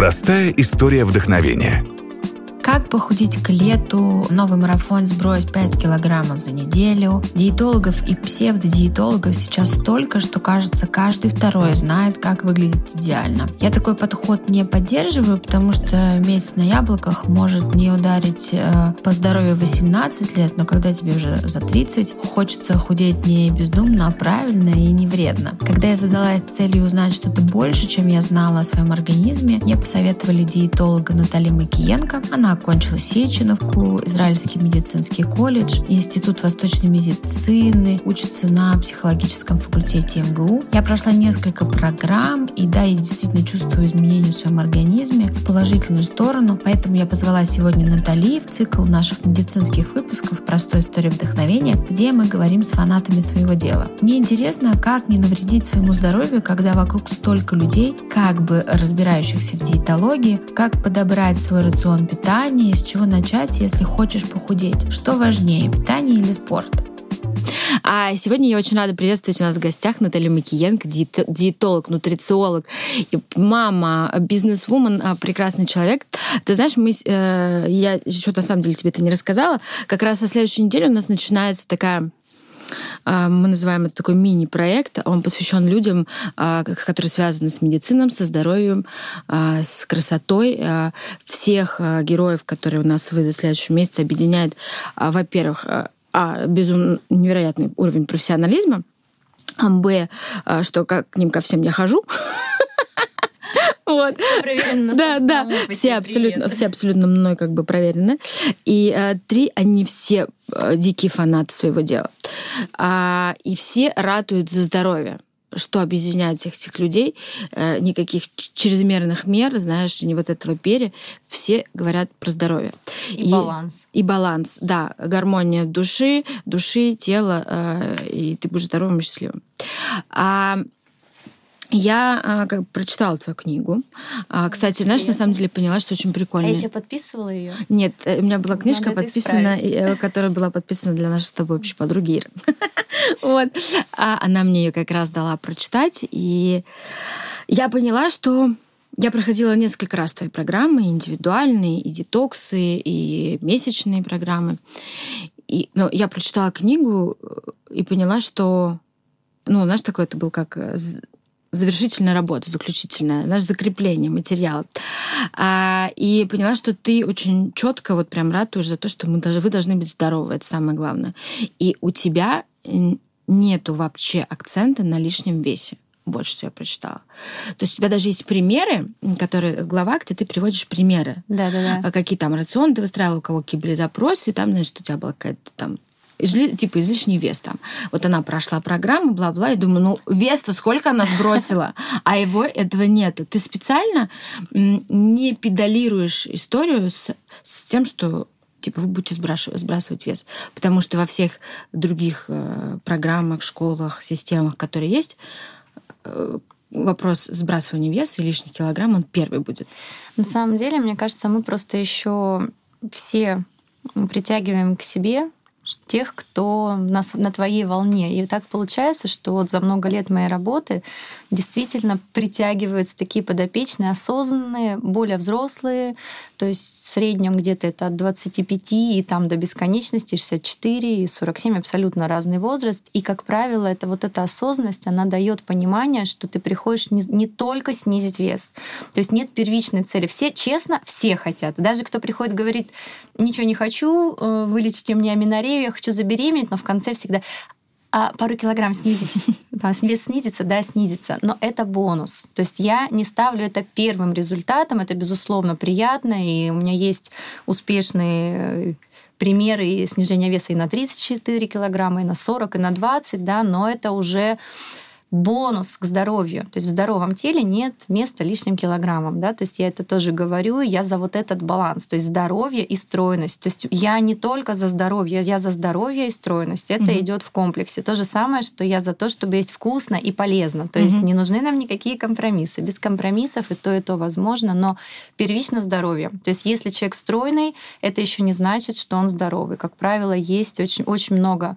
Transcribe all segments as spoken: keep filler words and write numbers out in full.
Простая история вдохновения. Как похудеть к лету? Новый марафон «Сбрось пять килограммов за неделю». Диетологов и псевдодиетологов сейчас столько, что, кажется, каждый второй знает, как выглядеть идеально. Я такой подход не поддерживаю, потому что месяц на яблоках может не ударить э, по здоровью восемнадцать лет, но когда тебе уже за тридцать, хочется худеть не бездумно, а правильно и не вредно. Когда я задалась целью узнать что-то больше, чем я знала о своем организме, мне посоветовали диетолога Натали Макиенко. Она окончила Сеченовку, Израильский медицинский колледж, Институт восточной медицины, учится на психологическом факультете эм гэ у. Я прошла несколько программ, и да, я действительно чувствую изменения в своем организме в положительную сторону, поэтому я позвала сегодня Натали в цикл наших медицинских выпусков «Простая история вдохновения», где мы говорим с фанатами своего дела. Мне интересно, как не навредить своему здоровью, когда вокруг столько людей, как бы разбирающихся в диетологии, как подобрать свой рацион питания, с чего начать, если хочешь похудеть. Что важнее, питание или спорт? А сегодня я очень рада приветствовать у нас в гостях Наталью Макиенко, диет, диетолог, нутрициолог, мама, бизнес-вумен, прекрасный человек. Ты знаешь, мы, э, я еще на самом деле тебе это не рассказала, как раз со следующей недели у нас начинается такая... Мы называем это такой мини-проект. Он посвящен людям, которые связаны с медициной, со здоровьем, с красотой. Всех героев, которые у нас выйдут в следующем месяце, объединяет, во-первых, безумно невероятный уровень профессионализма, б, что к ним ко всем я хожу. Вот. Проверено на да, да, все абсолютно, все абсолютно мной как бы проверены. И э, три, они все э, дикие фанаты своего дела. А, и все ратуют за здоровье. Что объединяет всех этих людей? Э, никаких чрезмерных мер, знаешь, не вот этого перья. Все говорят про здоровье. И, и баланс. И баланс, да. Гармония души, души, тела, э, и ты будешь здоровым и счастливым. А Я как бы прочитала твою книгу. Кстати, знаешь, на самом деле поняла, что очень прикольно. А я тебе подписывала ее? Нет, у меня была книжка, Надо подписана, которая была подписана для нашей с тобой общей подруги Иры. Вот. А она мне ее как раз дала прочитать. И я поняла, что я проходила несколько раз твои программы, индивидуальные, и детоксы, и месячные программы. И, ну, я прочитала книгу и поняла, что, ну, знаешь, такое это был как завершительная работа, заключительная, наше закрепление материала. А, и поняла, что ты очень четко вот прям ратуешь за то, что мы даже, вы должны быть здоровы, это самое главное. И у тебя нету вообще акцента на лишнем весе. Вот что я прочитала. То есть у тебя даже есть примеры, которые глава, где ты приводишь примеры. Да-да-да. Какие там рационы ты выстраивала, у кого какие были запросы, и там, значит, у тебя была какая-то там типа излишний вес там. Вот она прошла программу, бла-бла, и думаю, ну, вес-то сколько она сбросила, а его этого нету. Ты специально не педалируешь историю с, с тем, что типа вы будете сбрасывать, сбрасывать вес. Потому что во всех других э, программах, школах, системах, которые есть, э, вопрос сбрасывания веса и лишних килограмм, он первый будет. На самом деле, мне кажется, мы просто еще все притягиваем к себе тех, кто на, на твоей волне. И так получается, что вот за много лет моей работы действительно притягиваются такие подопечные, осознанные, более взрослые, то есть в среднем где-то это от двадцати пяти и там до бесконечности шестьдесят четыре и сорок семь, абсолютно разный возраст. И, как правило, это вот эта осознанность, она дает понимание, что ты приходишь не, не только снизить вес. То есть нет первичной цели. Все, честно, все хотят. Даже кто приходит, говорит, ничего не хочу, вылечите мне аменорею, я хочу забеременеть, но в конце всегда а пару килограмм снизить. Вес снизится, да, снизится. Но это бонус. То есть я не ставлю это первым результатом. Это, безусловно, приятно. И у меня есть успешные примеры снижения веса и на тридцать четыре килограмма, и на сорок, и на двадцать, да, но это уже бонус к здоровью. То есть в здоровом теле нет места лишним килограммам. Да? То есть я это тоже говорю, я за вот этот баланс. То есть здоровье и стройность. То есть я не только за здоровье, я за здоровье и стройность. Это mm-hmm. идет в комплексе. То же самое, что я за то, чтобы есть вкусно и полезно. То mm-hmm. есть не нужны нам никакие компромиссы. Без компромиссов и то, и то возможно, но первично здоровье. То есть если человек стройный, это еще не значит, что он здоровый. Как правило, есть очень, очень много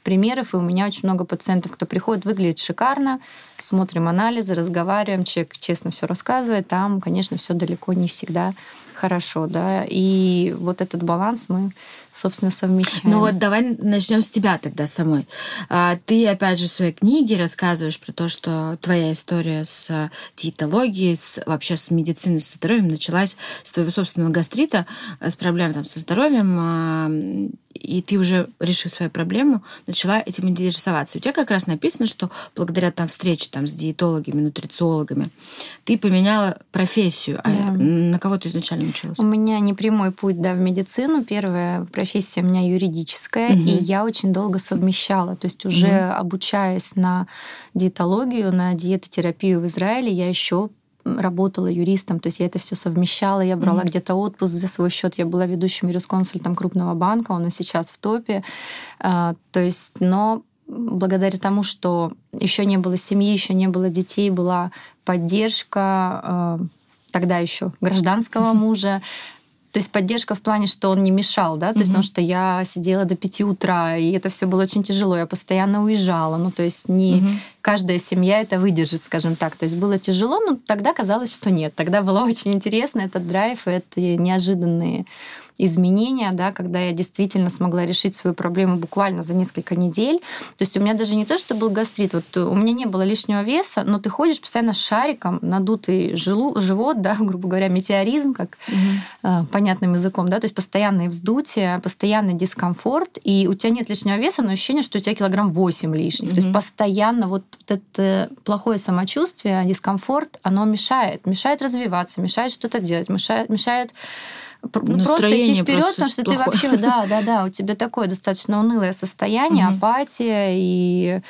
примеров, и у меня очень много пациентов, кто приходит, выглядит шикарно, смотрим анализы, разговариваем, человек честно все рассказывает, там, конечно, все далеко не всегда хорошо, да, и вот этот баланс мы, собственно, совмещаем. Ну вот давай начнем с тебя тогда самой. Ты, опять же, в своей книге рассказываешь про то, что твоя история с диетологией, с, вообще с медициной, со здоровьем началась с твоего собственного гастрита, с проблем там, со здоровьем, и ты уже, решив свою проблему, начала этим интересоваться. У тебя как раз написано, что благодаря там, встрече там, с диетологами, нутрициологами ты поменяла профессию. Да. А на кого ты изначально училась? У меня не прямой путь, да, в медицину. Первая профессия у меня юридическая, угу. и я очень долго совмещала. То есть уже угу. обучаясь на диетологию, на диетотерапию в Израиле, я еще работала юристом, то есть я это все совмещала, я брала mm-hmm. где-то отпуск за свой счет, я была ведущим юрисконсультом крупного банка, он и сейчас в топе. То есть, но благодаря тому, что еще не было семьи, еще не было детей, была поддержка тогда еще гражданского мужа. То есть поддержка в плане, что он не мешал, да, то mm-hmm. есть потому что я сидела до пяти утра, и это все было очень тяжело, я постоянно уезжала, ну то есть не mm-hmm. каждая семья это выдержит, скажем так, то есть было тяжело, но тогда казалось, что нет, тогда было очень интересно этот драйв, и это неожиданные изменения, да, когда я действительно смогла решить свою проблему буквально за несколько недель. То есть у меня даже не то, что был гастрит, вот у меня не было лишнего веса, но ты ходишь постоянно с шариком, надутый жилу, живот, да, грубо говоря, метеоризм, как угу. понятным языком, да, то есть постоянные вздутия, постоянный дискомфорт, и у тебя нет лишнего веса, но ощущение, что у тебя килограмм восемь лишних. Угу. То есть постоянно вот это плохое самочувствие, дискомфорт, оно мешает, мешает развиваться, мешает что-то делать, мешает, мешает ну, просто идти вперед, потому что плохое. Ты вообще, да, да, да, у тебя такое достаточно унылое состояние, угу. апатия, и,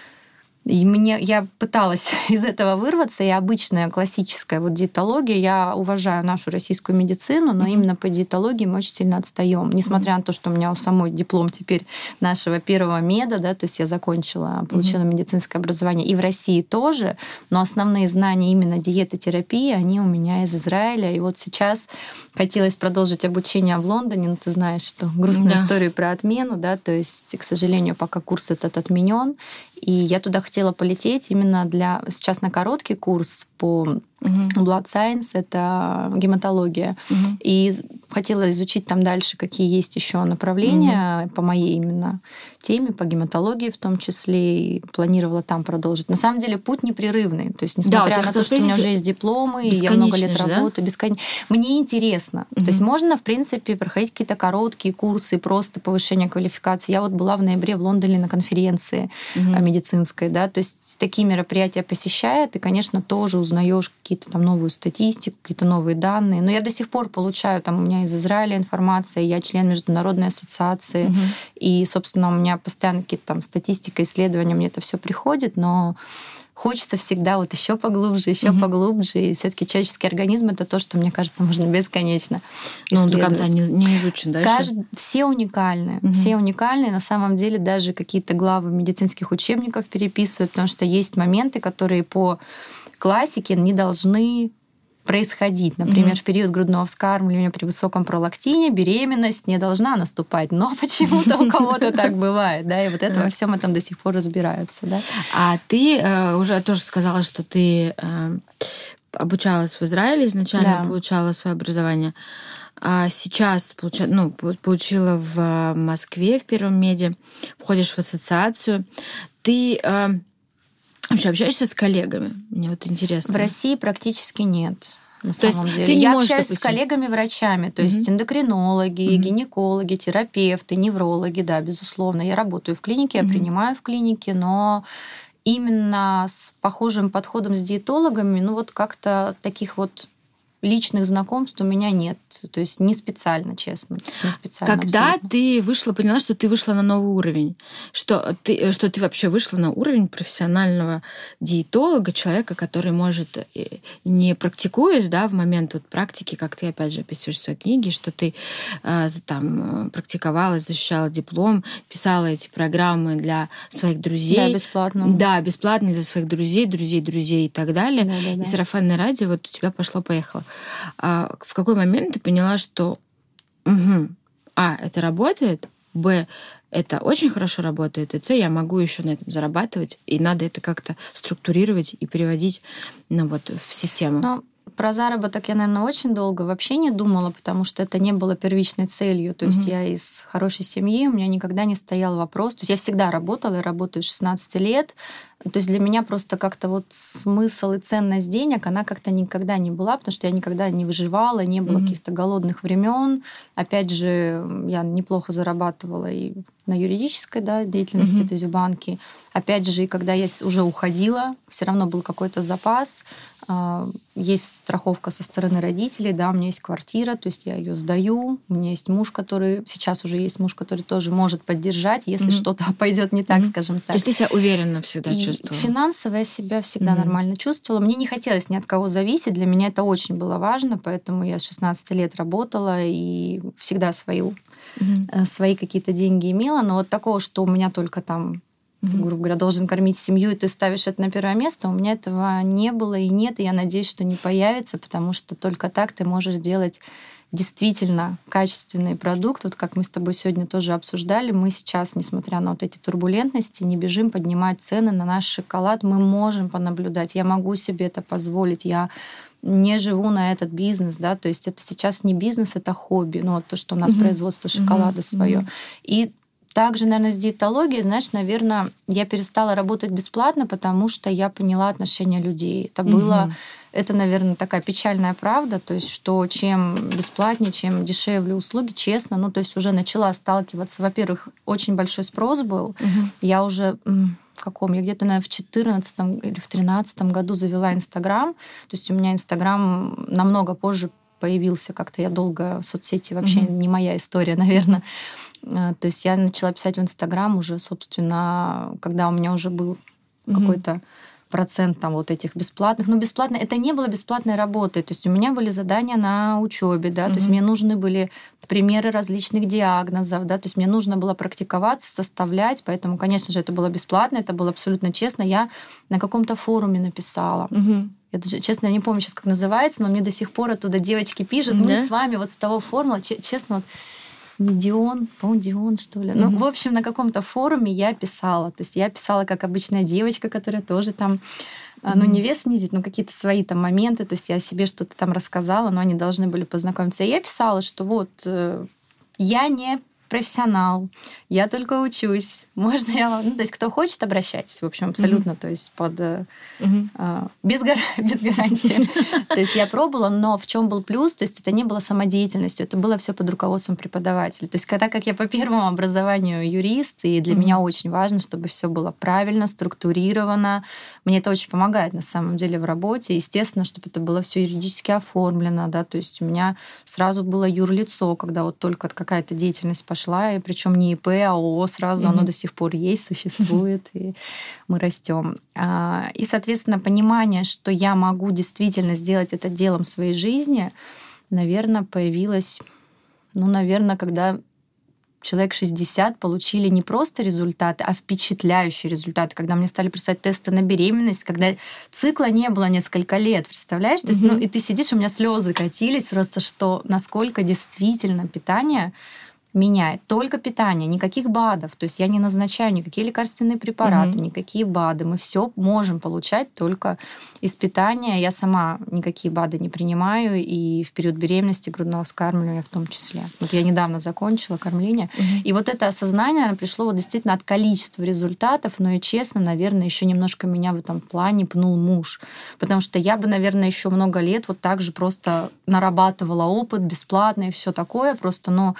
и мне, я пыталась из этого вырваться, и обычная классическая вот диетология, я уважаю нашу российскую медицину, но угу. именно по диетологии мы очень сильно отстаем, несмотря угу. на то, что у меня у самой диплом теперь нашего первого меда, да, то есть я закончила, получила угу. медицинское образование, и в России тоже, но основные знания именно диетотерапии, они у меня из Израиля, и вот сейчас хотелось продолжить обучение в Лондоне, но ты знаешь, что грустная да. история про отмену, да, то есть, к сожалению, пока курс этот отменен, и я туда хотела полететь именно для сейчас на короткий курс по угу. Blood Science, это гематология, угу. и хотела изучить там дальше, какие есть еще направления угу. по моей именно теме, по гематологии в том числе, и планировала там продолжить. На самом деле путь непрерывный, то есть несмотря да, на то, что у меня уже есть дипломы, и я много лет же, работаю, да? бескон... мне интересно. Угу. То есть можно, в принципе, проходить какие-то короткие курсы, просто повышение квалификации. Я вот была в ноябре в Лондоне на конференции угу. медицинской, да, то есть такие мероприятия посещая, ты, конечно, тоже узнаешь какие-то там новую статистику, какие-то новые данные. Но я до сих пор получаю, там у меня из Израиля информация, я член Международной ассоциации, угу. и, собственно, у меня постоянно какие-то там статистика, исследования, мне это все приходит, но хочется всегда вот еще поглубже, еще угу. поглубже. И все-таки человеческий организм это то, что, мне кажется, можно бесконечно но он до конца не, не изучен, да? Кажд... Все уникальные. Угу. Все уникальные. На самом деле даже какие-то главы медицинских учебников переписывают, потому что есть моменты, которые по классике не должны происходить. Например, mm-hmm. в период грудного вскармливания при высоком пролактине беременность не должна наступать, но почему-то у кого-то так бывает, да, и вот это во всем этом до сих пор разбираются, да. А ты э, уже тоже сказала, что ты э, обучалась в Израиле изначально, да. получала свое образование. А сейчас получа, ну, получила в Москве в Первом меде, входишь в ассоциацию. Ты э, вообще общаешься с коллегами? Мне вот интересно. В России практически нет. На то самом есть деле. Ты не я можешь, общаюсь допустим... с коллегами-врачами, то mm-hmm. есть эндокринологи, mm-hmm. гинекологи, терапевты, неврологи, да, безусловно. Я работаю в клинике, mm-hmm. я принимаю в клинике, но именно с похожим подходом с диетологами, ну вот как-то таких вот личных знакомств у меня нет. То есть не специально, честно. Не специально, Когда абсолютно. Ты вышла, поняла, что ты вышла на новый уровень, что ты, что ты вообще вышла на уровень профессионального диетолога, человека, который может, не практикуясь, да, в момент вот практики, как ты опять же описываешь в своей книге, что ты э, там практиковалась, защищала диплом, писала эти программы для своих друзей. Да, бесплатно. Да, бесплатно для своих друзей, друзей, друзей и так далее. Да, да, да. И сарафанное радио вот у тебя пошло-поехало. А в какой момент ты поняла, что угу, а, это работает, б, это очень хорошо работает, и С, я могу еще на этом зарабатывать, и надо это как-то структурировать и переводить, ну, вот, в систему. Но про заработок я, наверное, очень долго вообще не думала, потому что это не было первичной целью. То есть mm-hmm. я из хорошей семьи, у меня никогда не стоял вопрос. То есть я всегда работала и работаю с шестнадцати лет. То есть для меня просто как-то вот смысл и ценность денег, она как-то никогда не была, потому что я никогда не выживала, не было mm-hmm. каких-то голодных времен. Опять же, я неплохо зарабатывала и на юридической, да, деятельности, mm-hmm. то есть в банке. Опять же, и когда я уже уходила, все равно был какой-то запас. Есть страховка со стороны родителей, да, у меня есть квартира, то есть я ее сдаю. У меня есть муж, который... Сейчас уже есть муж, который тоже может поддержать, если mm-hmm. что-то пойдет не так, mm-hmm. скажем так. То есть ты себя уверенно всегда и чувствовала? Финансово я себя всегда mm-hmm. нормально чувствовала. Мне не хотелось ни от кого зависеть. Для меня это очень было важно, поэтому я с шестнадцати лет работала и всегда свою, mm-hmm. свои какие-то деньги имела. Но вот такого, что у меня только там... Ты, грубо говоря, должен кормить семью, и ты ставишь это на первое место. У меня этого не было и нет, и я надеюсь, что не появится, потому что только так ты можешь делать действительно качественный продукт. Вот как мы с тобой сегодня тоже обсуждали, мы сейчас, несмотря на вот эти турбулентности, не бежим поднимать цены на наш шоколад. Мы можем понаблюдать. Я могу себе это позволить. Я не живу на этот бизнес, да, то есть это сейчас не бизнес, это хобби. Ну, вот то, что у нас mm-hmm. производство шоколада mm-hmm. свое. Mm-hmm. И также, наверное, с диетологией, знаешь, наверное, я перестала работать бесплатно, потому что я поняла отношение людей. Это было, угу. это, наверное, такая печальная правда, то есть, что чем бесплатнее, чем дешевле услуги, честно, ну, то есть уже начала сталкиваться. Во-первых, очень большой спрос был. Угу. Я уже в каком? Я где-то, наверное, в четырнадцатом или в тринадцатом году завела Инстаграм. То есть у меня Инстаграм намного позже появился как-то. Я долго в соцсети вообще угу. не моя история, наверное. То есть я начала писать в Инстаграм уже, собственно, когда у меня уже был mm-hmm. какой-то процент там вот этих бесплатных. Но бесплатно это не было бесплатной работой. То есть у меня были задания на учебе, да, mm-hmm. то есть мне нужны были примеры различных диагнозов, да, то есть мне нужно было практиковаться, составлять, поэтому, конечно же, это было бесплатно, это было абсолютно честно. Я на каком-то форуме написала. Mm-hmm. Я даже, честно, я не помню сейчас, как называется, но мне до сих пор оттуда девочки пишут, mm-hmm. мы с вами вот с того форума, честно, вот не Дион, по-моему, Дион, что ли. Mm-hmm. Ну, в общем, на каком-то форуме я писала. То есть я писала как обычная девочка, которая тоже там, mm-hmm. ну, не вес снизить, но какие-то свои там моменты. То есть я о себе что-то там рассказала, но они должны были познакомиться. И я писала, что вот я не профессионал, я только учусь. Можно я вам... Ну, то есть кто хочет, обращайтесь. В общем, абсолютно, mm-hmm. то есть под... Mm-hmm. А, без, гар... без гарантии. То есть я пробовала, но в чем был плюс? То есть это не было самодеятельностью, это было все под руководством преподавателя. То есть когда, как я по первому образованию юрист, и для mm-hmm. меня очень важно, чтобы все было правильно, структурировано. Мне это очень помогает, на самом деле, в работе. Естественно, чтобы это было все юридически оформлено, да, то есть у меня сразу было юрлицо, когда вот только какая-то деятельность пошла, и причем не ИП, а ООО сразу, mm-hmm. оно до сих пор есть, существует, и мы растем. И, соответственно, понимание, что я могу действительно сделать это делом своей жизни, наверное, появилось, ну, наверное, когда человек шестьдесят получили не просто результаты, а впечатляющие результаты, когда мне стали писать тесты на беременность, когда цикла не было несколько лет, представляешь? Mm-hmm. То есть, ну, и ты сидишь, у меня слезы катились просто, что насколько действительно питание меняет. Только питание, никаких БАДов. То есть я не назначаю никакие лекарственные препараты, mm-hmm. никакие БАДы. Мы все можем получать только из питания. Я сама никакие БАДы не принимаю, и в период беременности, грудного вскармливания в том числе. Вот я недавно закончила кормление. Mm-hmm. И вот это осознание, оно пришло вот действительно от количества результатов, но и честно, наверное, еще немножко меня в этом плане пнул муж. Потому что я бы, наверное, еще много лет вот так же просто нарабатывала опыт бесплатно и все такое. Просто, но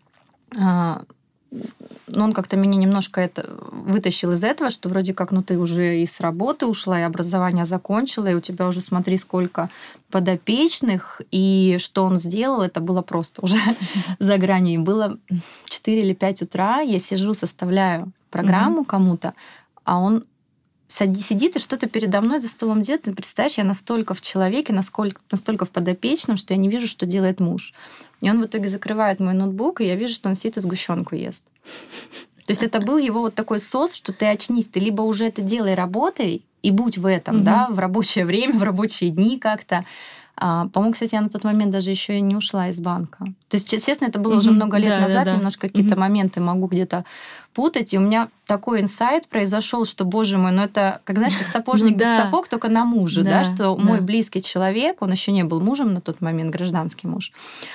но он как-то меня немножко это вытащил из этого, что вроде как, ну, ты уже и с работы ушла, и образование закончила, и у тебя уже, смотри, сколько подопечных, и что он сделал, это было просто уже за гранью. И было четыре или пять утра, я сижу, составляю программу mm-hmm. кому-то, а он сидит и что-то передо мной за столом делает. Ты представляешь, я настолько в человеке, насколько, настолько в подопечном, что я не вижу, что делает муж. И он в итоге закрывает мой ноутбук, и я вижу, что он сидит и сгущенку ест. То есть это был его вот такой сос, что ты очнись, ты либо уже это делай, работай, и будь в этом, mm-hmm. да, в рабочее время, в рабочие дни как-то, По-моему, кстати, я на тот момент даже еще и не ушла из банка. То есть, честно, это было уже много лет да, назад, да, да. немножко какие-то Мгм. моменты могу где-то путать, и у меня такой инсайт произошел, что, боже мой, ну это, как знаешь, как сапожник Ну без да. сапог, только на муже, да, Да, что да. мой близкий человек, он еще не был мужем на тот момент, гражданский муж.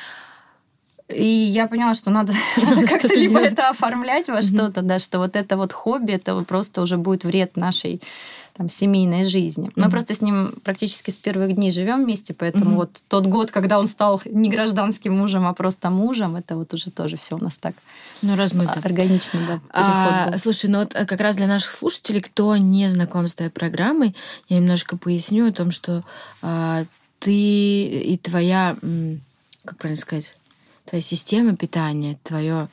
И я поняла, что надо, надо как-то Что-то либо делать. это оформлять во что-то, да, что вот это вот хобби, это вот просто уже будет вред нашей там, семейной жизни. Мы Мгм. просто с ним практически с первых дней живем вместе, поэтому Мгм. вот тот год, когда он стал не гражданским мужем, а просто мужем, это вот уже тоже все у нас так Ну, размыто. органично, да, переход А, был. слушай, ну вот э, как раз для наших слушателей, кто не знаком с твоей программой, я немножко поясню о том, что а, ты и твоя, м, как правильно сказать, твоя система питания, твое,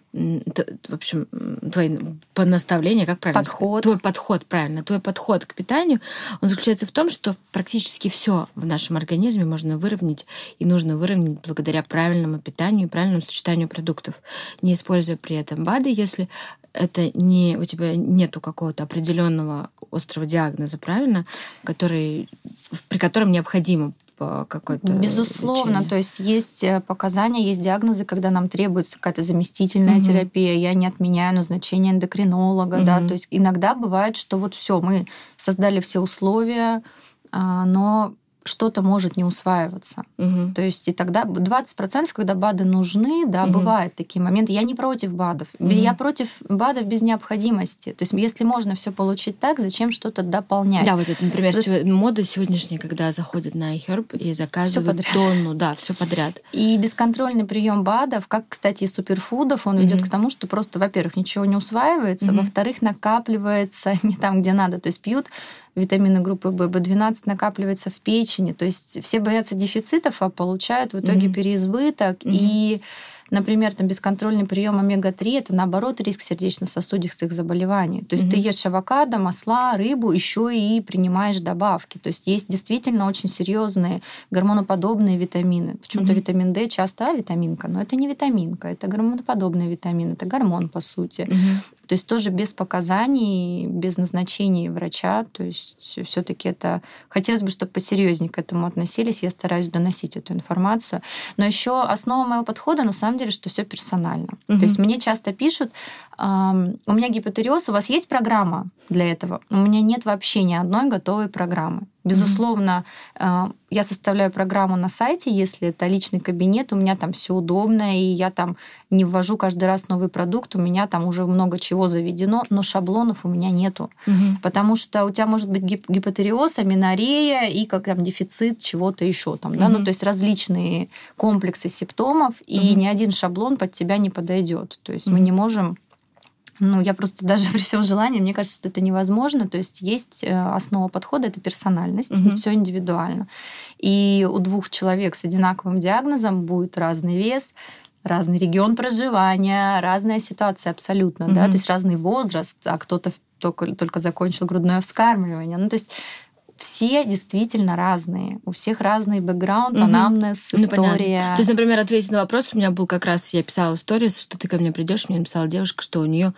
в общем, м, твои по- наставления, как правильно Подход. сказать? Твой подход, правильно, твой подход к питанию, он заключается в том, что практически все в нашем организме можно выровнять и нужно выровнять благодаря правильному питанию и правильному сочетанию продуктов, не используя при этом БАДы, если это не у тебя нету какого-то определенного острого диагноза, правильно, который, при котором необходимо по какой-то Безусловно, лечение. то есть есть э, показания, есть диагнозы, когда нам требуется какая-то заместительная Мгм. терапия. Я не отменяю назначение эндокринолога, да, Мгм. то есть иногда бывает, что вот все, мы создали все условия, а, но что-то может не усваиваться. Мгм. То есть и тогда двадцать процентов, когда БАДы нужны, да, Мгм. бывают такие моменты. Я не против БАДов. Мгм. Я против БАДов без необходимости. То есть если можно все получить так, зачем что-то дополнять? Да, вот это, например, Просто- сего- мода сегодняшняя, когда заходят на iHerb и заказывают подряд. тонну, да, все подряд. И бесконтрольный прием БАДов, как, кстати, и суперфудов, он ведет Мгм. к тому, что просто, во-первых, ничего не усваивается, Мгм. во-вторых, накапливается не там, где надо. То есть пьют витамины группы В, бэ двенадцать накапливается в печени. То есть все боятся дефицитов, а получают в итоге Мгм. переизбыток. Мгм. И, например, там бесконтрольный прием омега три это наоборот риск сердечно-сосудистых заболеваний. То есть Мгм. ты ешь авокадо, масла, рыбу, еще и принимаешь добавки. То есть есть действительно очень серьезные гормоноподобные витамины. Почему-то Мгм. витамин D часто а, витаминка, но это не витаминка, это гормоноподобный витамин, это гормон по сути. Мгм. То есть тоже без показаний, без назначений врача. То есть все-таки это хотелось бы, чтобы посерьезнее к этому относились. Я стараюсь доносить эту информацию. Но еще основа моего подхода на самом деле, что все персонально. Мгм. То есть мне часто пишут: «Ам, у меня гипотереоз, у вас есть программа для этого?» У меня нет вообще ни одной готовой программы. Безусловно, э, я составляю программу на сайте, если это личный кабинет, у меня там все удобно, и я там не ввожу каждый раз новый продукт, у меня там уже много чего заведено, но шаблонов у меня нету. Мгм. Потому что у тебя может быть гип- гипотереоз, аменорея и как там дефицит чего-то еще там, да, ну Мгм. то есть различные комплексы симптомов, и Мгм. ни один шаблон под тебя не подойдет. То есть мы Мгм. не можем. Ну, я просто даже при всем желании, мне кажется, что это невозможно. То есть есть э, основа подхода, это персональность, Мгм. все индивидуально. И у двух человек с одинаковым диагнозом будет разный вес, разный регион проживания, разная ситуация абсолютно, да, Мгм. то есть разный возраст, а кто-то только, только закончил грудное вскармливание. Ну, то есть все действительно разные. У всех разный бэкграунд, Мгм. анамнез, Ну, понятно. история. То есть, например, ответить на вопрос, у меня был как раз, я писала сторис, что ты ко мне придешь, мне написала девушка, что у нее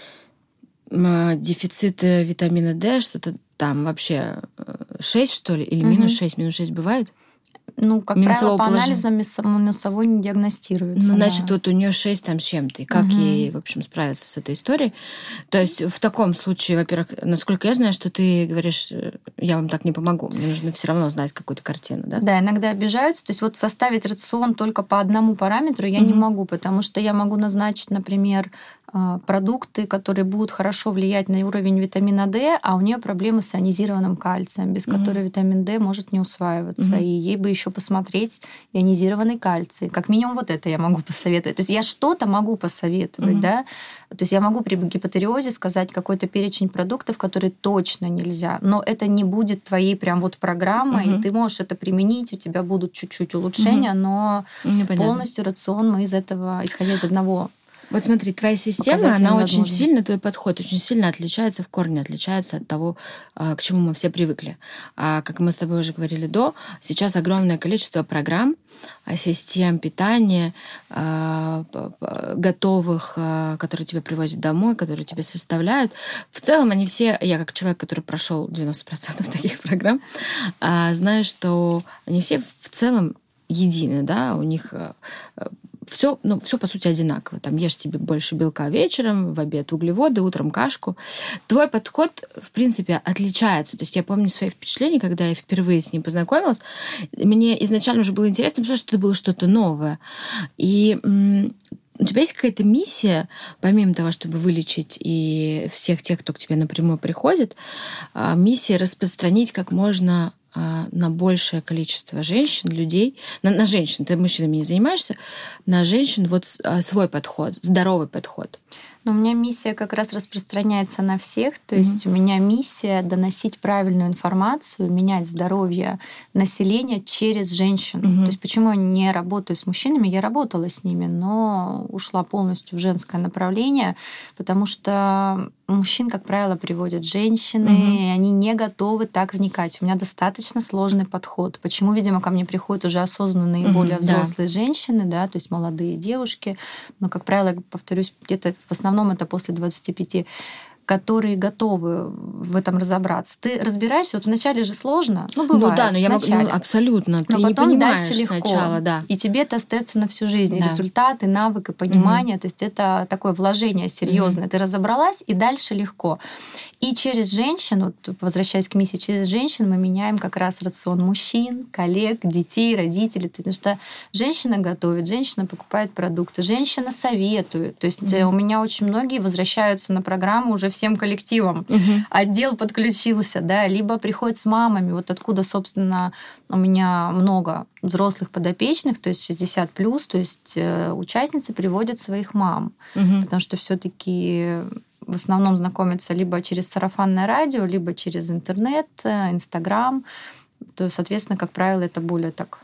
дефицит э, витамина D, что-то там вообще э, шесть, что ли, или Мгм. минус шесть, минус шесть бывает? Ну, как минусового правило, по положения. анализам мис- минусовой не диагностируется. Ну, значит, да. вот у нее шесть там с чем-то. И как Мгм. ей, в общем, справиться с этой историей? То есть в таком случае, во-первых, насколько я знаю, что ты говоришь, э, я вам так не помогу, мне нужно все равно знать какую-то картину, да? Да, иногда обижаются. То есть вот составить рацион только по одному параметру я не Мгм. могу, потому что я могу назначить, например, а, продукты, которые будут хорошо влиять на уровень витамина D, а у нее проблемы с ионизированным кальцием, без Мгм. которой витамин D может не усваиваться. Мгм. И ей бы еще посмотреть ионизированный кальций. Как минимум вот это я могу посоветовать. То есть я что-то могу посоветовать, Мгм. да. То есть я могу при гипотереозе сказать какой-то перечень продуктов, которые точно нельзя, но это не будет твоей прям вот программой, Мгм. и ты можешь это применить, у тебя будут чуть-чуть улучшения, но Мне понятно. полностью рацион мы из этого, исходя из одного. Вот смотри, твоя система, Показатель она очень невозможно. сильно, твой подход очень сильно отличается, в корне отличается от того, а, к чему мы все привыкли. А, Как мы с тобой уже говорили до, сейчас огромное количество программ, а, систем питания, а, п- п- готовых, а, которые тебе привозят домой, которые тебе составляют. В целом они все, я как человек, который прошел девяносто процентов таких программ, а, знаю, что они все в целом едины, да, у них все, ну, все по сути одинаково. Там ешь тебе больше белка вечером, в обед углеводы, утром кашку. Твой подход, в принципе, отличается. То есть я помню свои впечатления, когда я впервые с ним познакомилась. Мне изначально уже было интересно, потому что это было что-то новое. И у тебя есть какая-то миссия, помимо того, чтобы вылечить и всех тех, кто к тебе напрямую приходит, миссия распространить как можно на большее количество женщин, людей, на, на женщин, ты мужчинами не занимаешься, на женщин вот свой подход, здоровый подход? Но у меня миссия как раз распространяется на всех. То есть mm-hmm. у меня миссия доносить правильную информацию, менять здоровье населения через женщину. Mm-hmm. То есть почему я не работаю с мужчинами? Я работала с ними, но ушла полностью в женское направление, потому что мужчин, как правило, приводят женщины, mm-hmm. и они не готовы так вникать. У меня достаточно сложный подход. Почему, видимо, ко мне приходят уже осознанные, mm-hmm. более взрослые да. женщины, да, то есть молодые девушки, но, как правило, повторюсь, где-то в основном это после двадцати пяти, которые готовы в этом разобраться. Ты разбираешься, вот вначале же сложно, ну, бывает. Ну да, но я могу, ну, абсолютно, но ты потом не понимаешь дальше легко. Сначала, да. И тебе это остается на всю жизнь. Да. И результаты, навык, и понимание. Угу. То есть это такое вложение серьезное. Угу. Ты разобралась, и дальше легко. И через женщин, вот, возвращаясь к миссии, через женщин мы меняем как раз рацион мужчин, коллег, детей, родителей. Потому что женщина готовит, женщина покупает продукты, женщина советует. То есть mm-hmm. у меня очень многие возвращаются на программу уже всем коллективом. Mm-hmm. Отдел подключился, да, либо приходят с мамами. Вот откуда, собственно, у меня много взрослых подопечных, то есть шестьдесят плюс, то есть участницы приводят своих мам. Mm-hmm. Потому что все-таки в основном знакомятся либо через сарафанное радио, либо через интернет, Инстаграм. То, соответственно, как правило, это более так,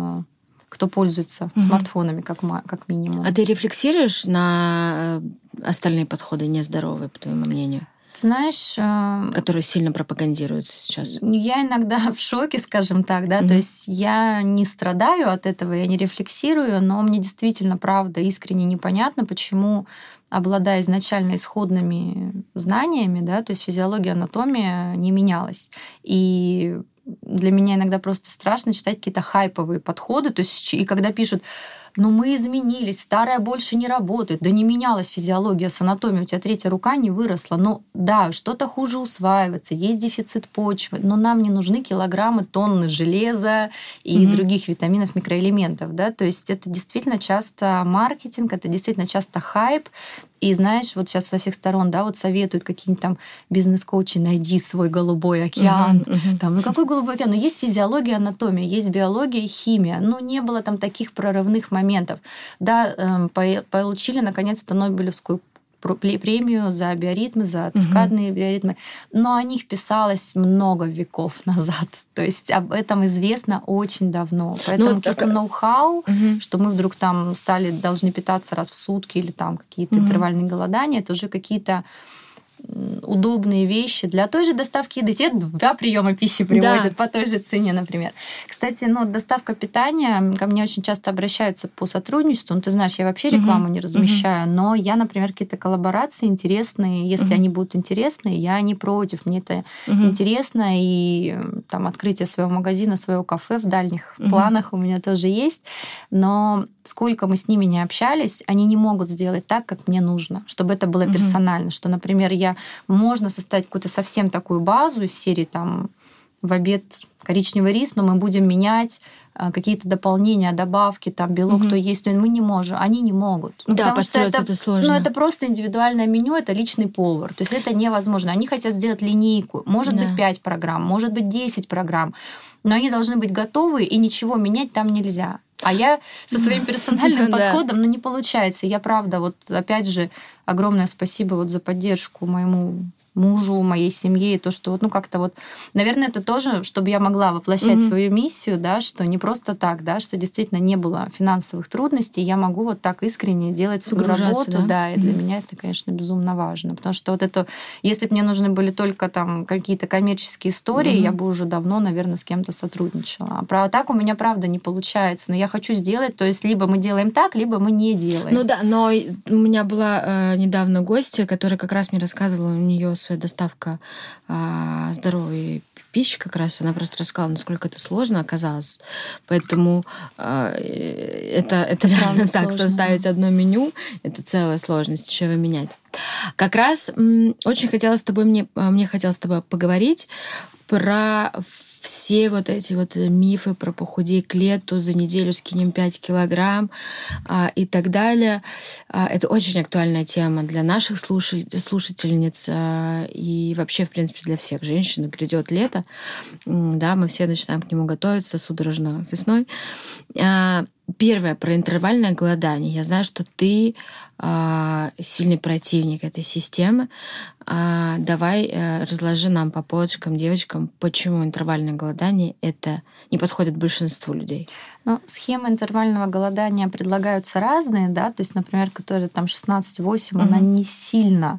кто пользуется угу. смартфонами, как, как минимум. А ты рефлексируешь на остальные подходы нездоровые, по твоему мнению? Знаешь, которые сильно пропагандируются сейчас. Я иногда в шоке, скажем так, да, mm-hmm. то есть я не страдаю от этого, я не рефлексирую, но мне действительно, правда, искренне непонятно, почему, обладая изначально исходными знаниями, да, то есть физиология, анатомия не менялась. И для меня иногда просто страшно читать какие-то хайповые подходы, то есть и когда пишут: но мы изменились, старая больше не работает. Да не менялась физиология с анатомией, у тебя третья рука не выросла. Ну да, что-то хуже усваивается, есть дефицит почвы, но нам не нужны килограммы, тонны железа и mm-hmm. других витаминов, микроэлементов. Да? То есть это действительно часто маркетинг, это действительно часто хайп. И знаешь, вот сейчас со всех сторон, да, вот советуют какие-нибудь там бизнес-коучи: найди свой голубой океан. Uh-huh, uh-huh. Там, ну какой голубой океан? Ну есть физиология, анатомия, есть биология, химия. Ну не было там таких прорывных моментов. Да, эм, получили наконец-то Нобелевскую премию за биоритмы, за циркадные uh-huh. биоритмы, но о них писалось много веков назад. То есть об этом известно очень давно. Поэтому ну, какие-то ноу-хау, uh-huh. что мы вдруг там стали должны питаться раз в сутки или там какие-то uh-huh. интервальные голодания, это уже какие-то удобные вещи для той же доставки еды. Те два приема пищи привозят да. по той же цене, например. Кстати, ну, доставка питания, ко мне очень часто обращаются по сотрудничеству. Ну, ты знаешь, я вообще рекламу uh-huh. не размещаю, uh-huh. но я, например, какие-то коллаборации интересные, если uh-huh. они будут интересные, я не против. Мне это uh-huh. интересно, и там открытие своего магазина, своего кафе в дальних uh-huh. планах у меня тоже есть. Но сколько мы с ними не общались, они не могут сделать так, как мне нужно, чтобы это было uh-huh. персонально. Что, например, я можно составить какую-то совсем такую базу из серии там в обед коричневый рис, но мы будем менять какие-то дополнения, добавки, там белок, угу. то есть, то мы не можем, они не могут. Ну, да, построить это, это сложно. Ну, это просто индивидуальное меню, это личный повар. То есть это невозможно. Они хотят сделать линейку. Может да. быть, пять программ, может быть, десять программ, но они должны быть готовы, и ничего менять там нельзя. А я со своим персональным подходом, ну, не получается. Я, правда, вот опять же, огромное спасибо вот за поддержку моему мужу, моей семье, и то, что вот, ну, как-то вот, наверное, это тоже, чтобы я могла воплощать mm-hmm. свою миссию, да, что не просто так, да, что действительно не было финансовых трудностей, я могу вот так искренне делать свою работу, да, да и для mm-hmm. меня это, конечно, безумно важно, потому что вот это, если бы мне нужны были только там какие-то коммерческие истории, mm-hmm. я бы уже давно, наверное, с кем-то сотрудничала. А про так у меня, правда, не получается, но я хочу сделать, то есть либо мы делаем так, либо мы не делаем. Ну да, но у меня была э, недавно гостья, которая как раз мне рассказывала, у нее своя доставка э, здоровой пищи как раз, она просто рассказала, насколько это сложно оказалось. Поэтому э, это, это реально так, сложно. Составить одно меню, это целая сложность, еще его менять. Как раз м, очень хотелось с тобой, мне, мне хотелось с тобой поговорить про все вот эти вот мифы про похудей к лету, за неделю скинем пять килограмм а, и так далее. А, это очень актуальная тема для наших слушатель, слушательниц а, и вообще, в принципе, для всех женщин. Грядет лето, да, мы все начинаем к нему готовиться судорожно весной. А, Первое, про интервальное голодание. Я знаю, что ты э, сильный противник этой системы. Э, давай э, разложи нам по полочкам, девочкам, почему интервальное голодание это не подходит большинству людей. Ну, схемы интервального голодания предлагаются разные, да, то есть, например, которая там шестнадцать восемь, угу. она не сильно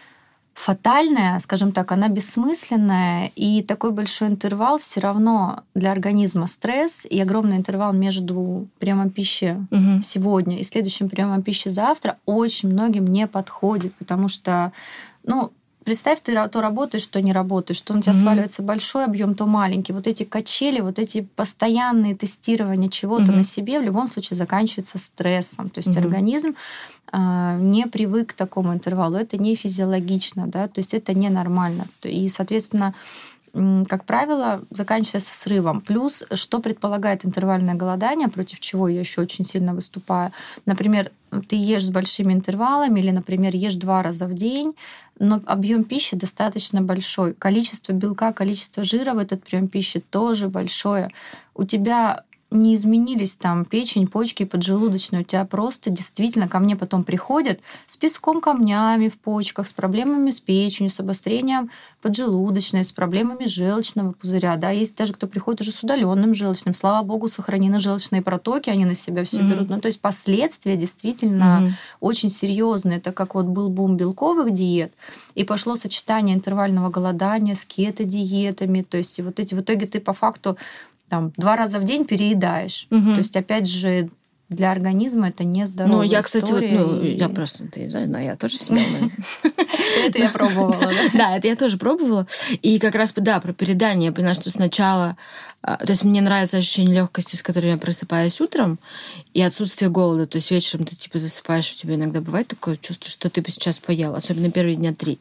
фатальная, скажем так, она бессмысленная, и такой большой интервал все равно для организма стресс, и огромный интервал между приемом пищи угу. сегодня и следующим приемом пищи завтра очень многим не подходит, потому что, ну, представь, ты то работаешь, то не работаешь, что на тебя mm-hmm. сваливается большой объем, то маленький. Вот эти качели, вот эти постоянные тестирования чего-то mm-hmm. на себе в любом случае заканчиваются стрессом. То есть mm-hmm. организм а, не привык к такому интервалу. Это не физиологично, да, то есть это ненормально. И, соответственно, как правило, заканчивается срывом. Плюс, что предполагает интервальное голодание, против чего я еще очень сильно выступаю. Например, ты ешь с большими интервалами или, например, ешь два раза в день, но объем пищи достаточно большой. Количество белка, количество жира в этот прием пищи тоже большое. У тебя не изменились там печень, почки, поджелудочная. У тебя просто действительно ко мне потом приходят с песком, камнями в почках, с проблемами с печенью, с обострением поджелудочной, с проблемами желчного пузыря. Да, есть даже кто приходит уже с удаленным желчным. Слава богу, сохранены желчные протоки, они на себя все mm-hmm. берут. Ну, то есть последствия действительно mm-hmm. очень серьезные. Это как вот был бум белковых диет, и пошло сочетание интервального голодания с кето-диетами. То есть и вот эти в итоге ты по факту там, два раза в день переедаешь. Угу. То есть, опять же, для организма это не здоровая Ну, я, кстати, вот, ну, и... я просто, ты знаешь, но я тоже съедала. Это я пробовала, да? Да, это я тоже пробовала. И как раз, да, про переедание. Я поняла, что сначала... То есть мне нравится ощущение легкости, с которым я просыпаюсь утром, и отсутствие голода. То есть вечером ты типа засыпаешь, у тебя иногда бывает такое чувство, что ты бы сейчас поел, особенно первые дня три,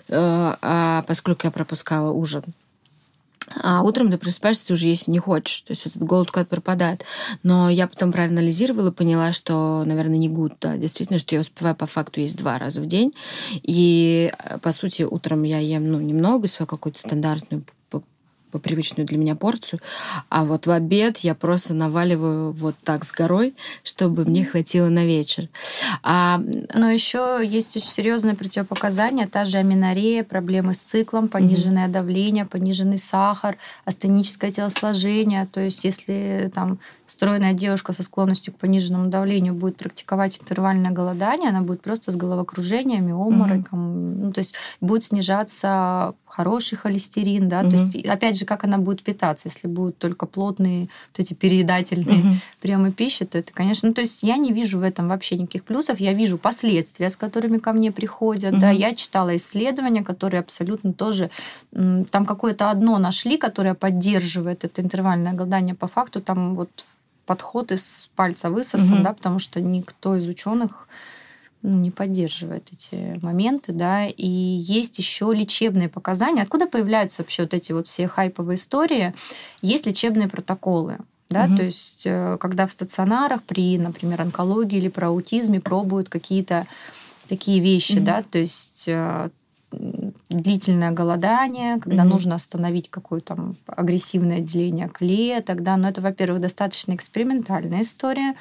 а поскольку я пропускала ужин. А утром ты просыпаешься, ты уже есть не хочешь. То есть этот голод куда-то пропадает. Но я потом проанализировала и поняла, что, наверное, не гуд. Да, действительно, что я успеваю по факту есть два раза в день. И, по сути, утром я ем ну, немного, свою какую-то стандартную по привычную для меня порцию, а вот в обед я просто наваливаю вот так с горой, чтобы мне хватило на вечер. А... Но еще есть очень серьезные противопоказания, та же аменорея, проблемы с циклом, пониженное mm-hmm. давление, пониженный сахар, астеническое телосложение. То есть если там стройная девушка со склонностью к пониженному давлению будет практиковать интервальное голодание, она будет просто с головокружениями, обмороком, mm-hmm. ну, то есть будет снижаться хороший холестерин, да, mm-hmm. то есть опять же, как она будет питаться, если будут только плотные вот эти переедательные mm-hmm. приемы пищи, то это, конечно, ну, то есть я не вижу в этом вообще никаких плюсов, я вижу последствия, с которыми ко мне приходят, mm-hmm. да, я читала исследования, которые абсолютно тоже, там какое-то одно нашли, которое поддерживает это интервальное голодание, по факту там вот подход из пальца высосан, mm-hmm. да, потому что никто из ученых ну, не поддерживает эти моменты, да, и есть еще лечебные показания. Откуда появляются вообще вот эти вот все хайповые истории? Есть лечебные протоколы, да, угу. то есть когда в стационарах при, например, онкологии или про аутизме пробуют какие-то такие вещи, угу. да, то есть длительное голодание, когда угу. нужно остановить какое-то там агрессивное деление клеток, да, но это, во-первых, достаточно экспериментальная история,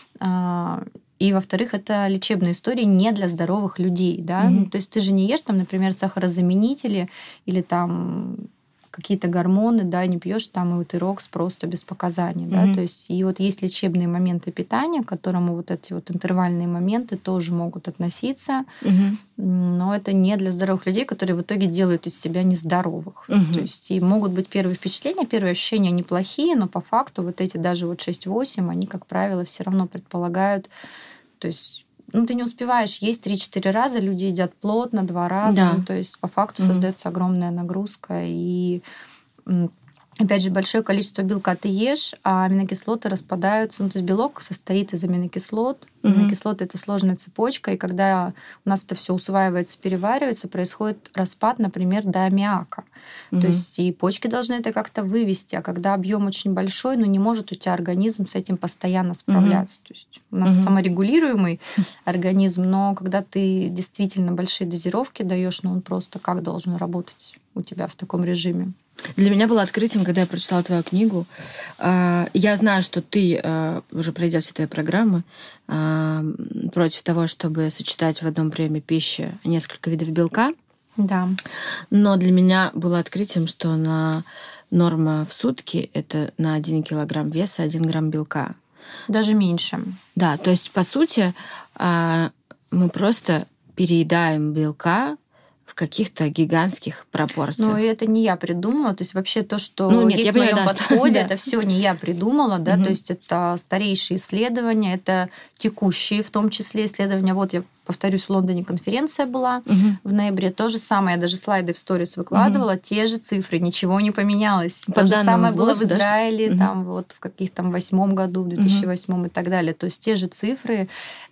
и, во-вторых, это лечебные истории не для здоровых людей, да, mm-hmm. ну, то есть ты же не ешь там, например, сахарозаменители или там какие-то гормоны, да, не пьешь там эутирокс просто без показаний, mm-hmm. да, то есть и вот есть лечебные моменты питания, к которому вот эти вот интервальные моменты тоже могут относиться, mm-hmm. но это не для здоровых людей, которые в итоге делают из себя нездоровых, mm-hmm. то есть и могут быть первые впечатления, первые ощущения неплохие, но по факту вот эти даже вот шесть-восемь, они, как правило, все равно предполагают, то есть ну, ты не успеваешь есть три-четыре раза, люди едят плотно, два раза. Да. Ну, то есть, по факту mm-hmm. создается огромная нагрузка. И опять же, большое количество белка ты ешь, а аминокислоты распадаются. Ну, то есть белок состоит из аминокислот. Mm-hmm. Аминокислоты — это сложная цепочка, и когда у нас это все усваивается, переваривается, происходит распад, например, до аммиака. Mm-hmm. То есть и почки должны это как-то вывести, а когда объем очень большой, ну, не может у тебя организм с этим постоянно справляться. Mm-hmm. То есть у нас mm-hmm. саморегулируемый организм, но когда ты действительно большие дозировки даешь, ну, он просто как должен работать у тебя в таком режиме? Для меня было открытием, когда я прочитала твою книгу. Я знаю, что ты, уже пройдя все твои программы, против того, чтобы сочетать в одном приеме пищи несколько видов белка. Да. Но для меня было открытием, что на норма в сутки — это на один килограмм веса один грамм белка. Даже меньше. Да, то есть, по сути, мы просто переедаем белка в каких-то гигантских пропорциях. Ну, и это не я придумала. То есть вообще то, что ну, нет, есть я в моем понимаю, подходе, да. это все не я придумала, да, угу. То есть это старейшие исследования, это текущие, в том числе исследования. Вот я повторюсь, в Лондоне конференция была угу. в ноябре. То же самое, я даже слайды в сторис выкладывала, угу. те же цифры, ничего не поменялось. По То же самое ВОЗ, было в Израиле, да? там вот в каких-то восьмом году, в две тысячи восьмом угу. и так далее. То есть те же цифры.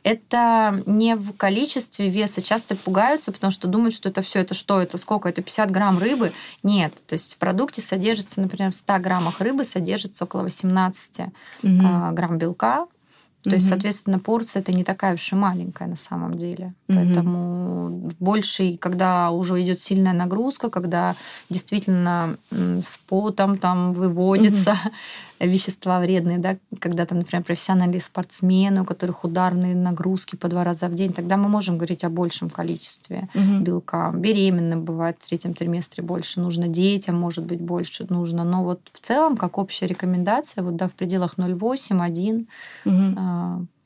Это не в количестве веса. Часто пугаются, потому что думают, что это все, это что, это сколько, это пятьдесят грамм рыбы. Нет. То есть в продукте содержится, например, в ста граммах рыбы содержится около восемнадцать угу. грамм белка. То mm-hmm. есть, соответственно, порция это не такая уж и маленькая на самом деле. Mm-hmm. Поэтому больше, когда уже идет сильная нагрузка, когда действительно с потом там выводятся mm-hmm. вещества вредные, да, когда там, например, профессиональные спортсмены, у которых ударные нагрузки по два раза в день, тогда мы можем говорить о большем количестве mm-hmm. белка. Беременным бывает в третьем триместре больше нужно, детям может быть больше нужно. Но вот в целом, как общая рекомендация, вот да, в пределах ноль целых восемь - один mm-hmm.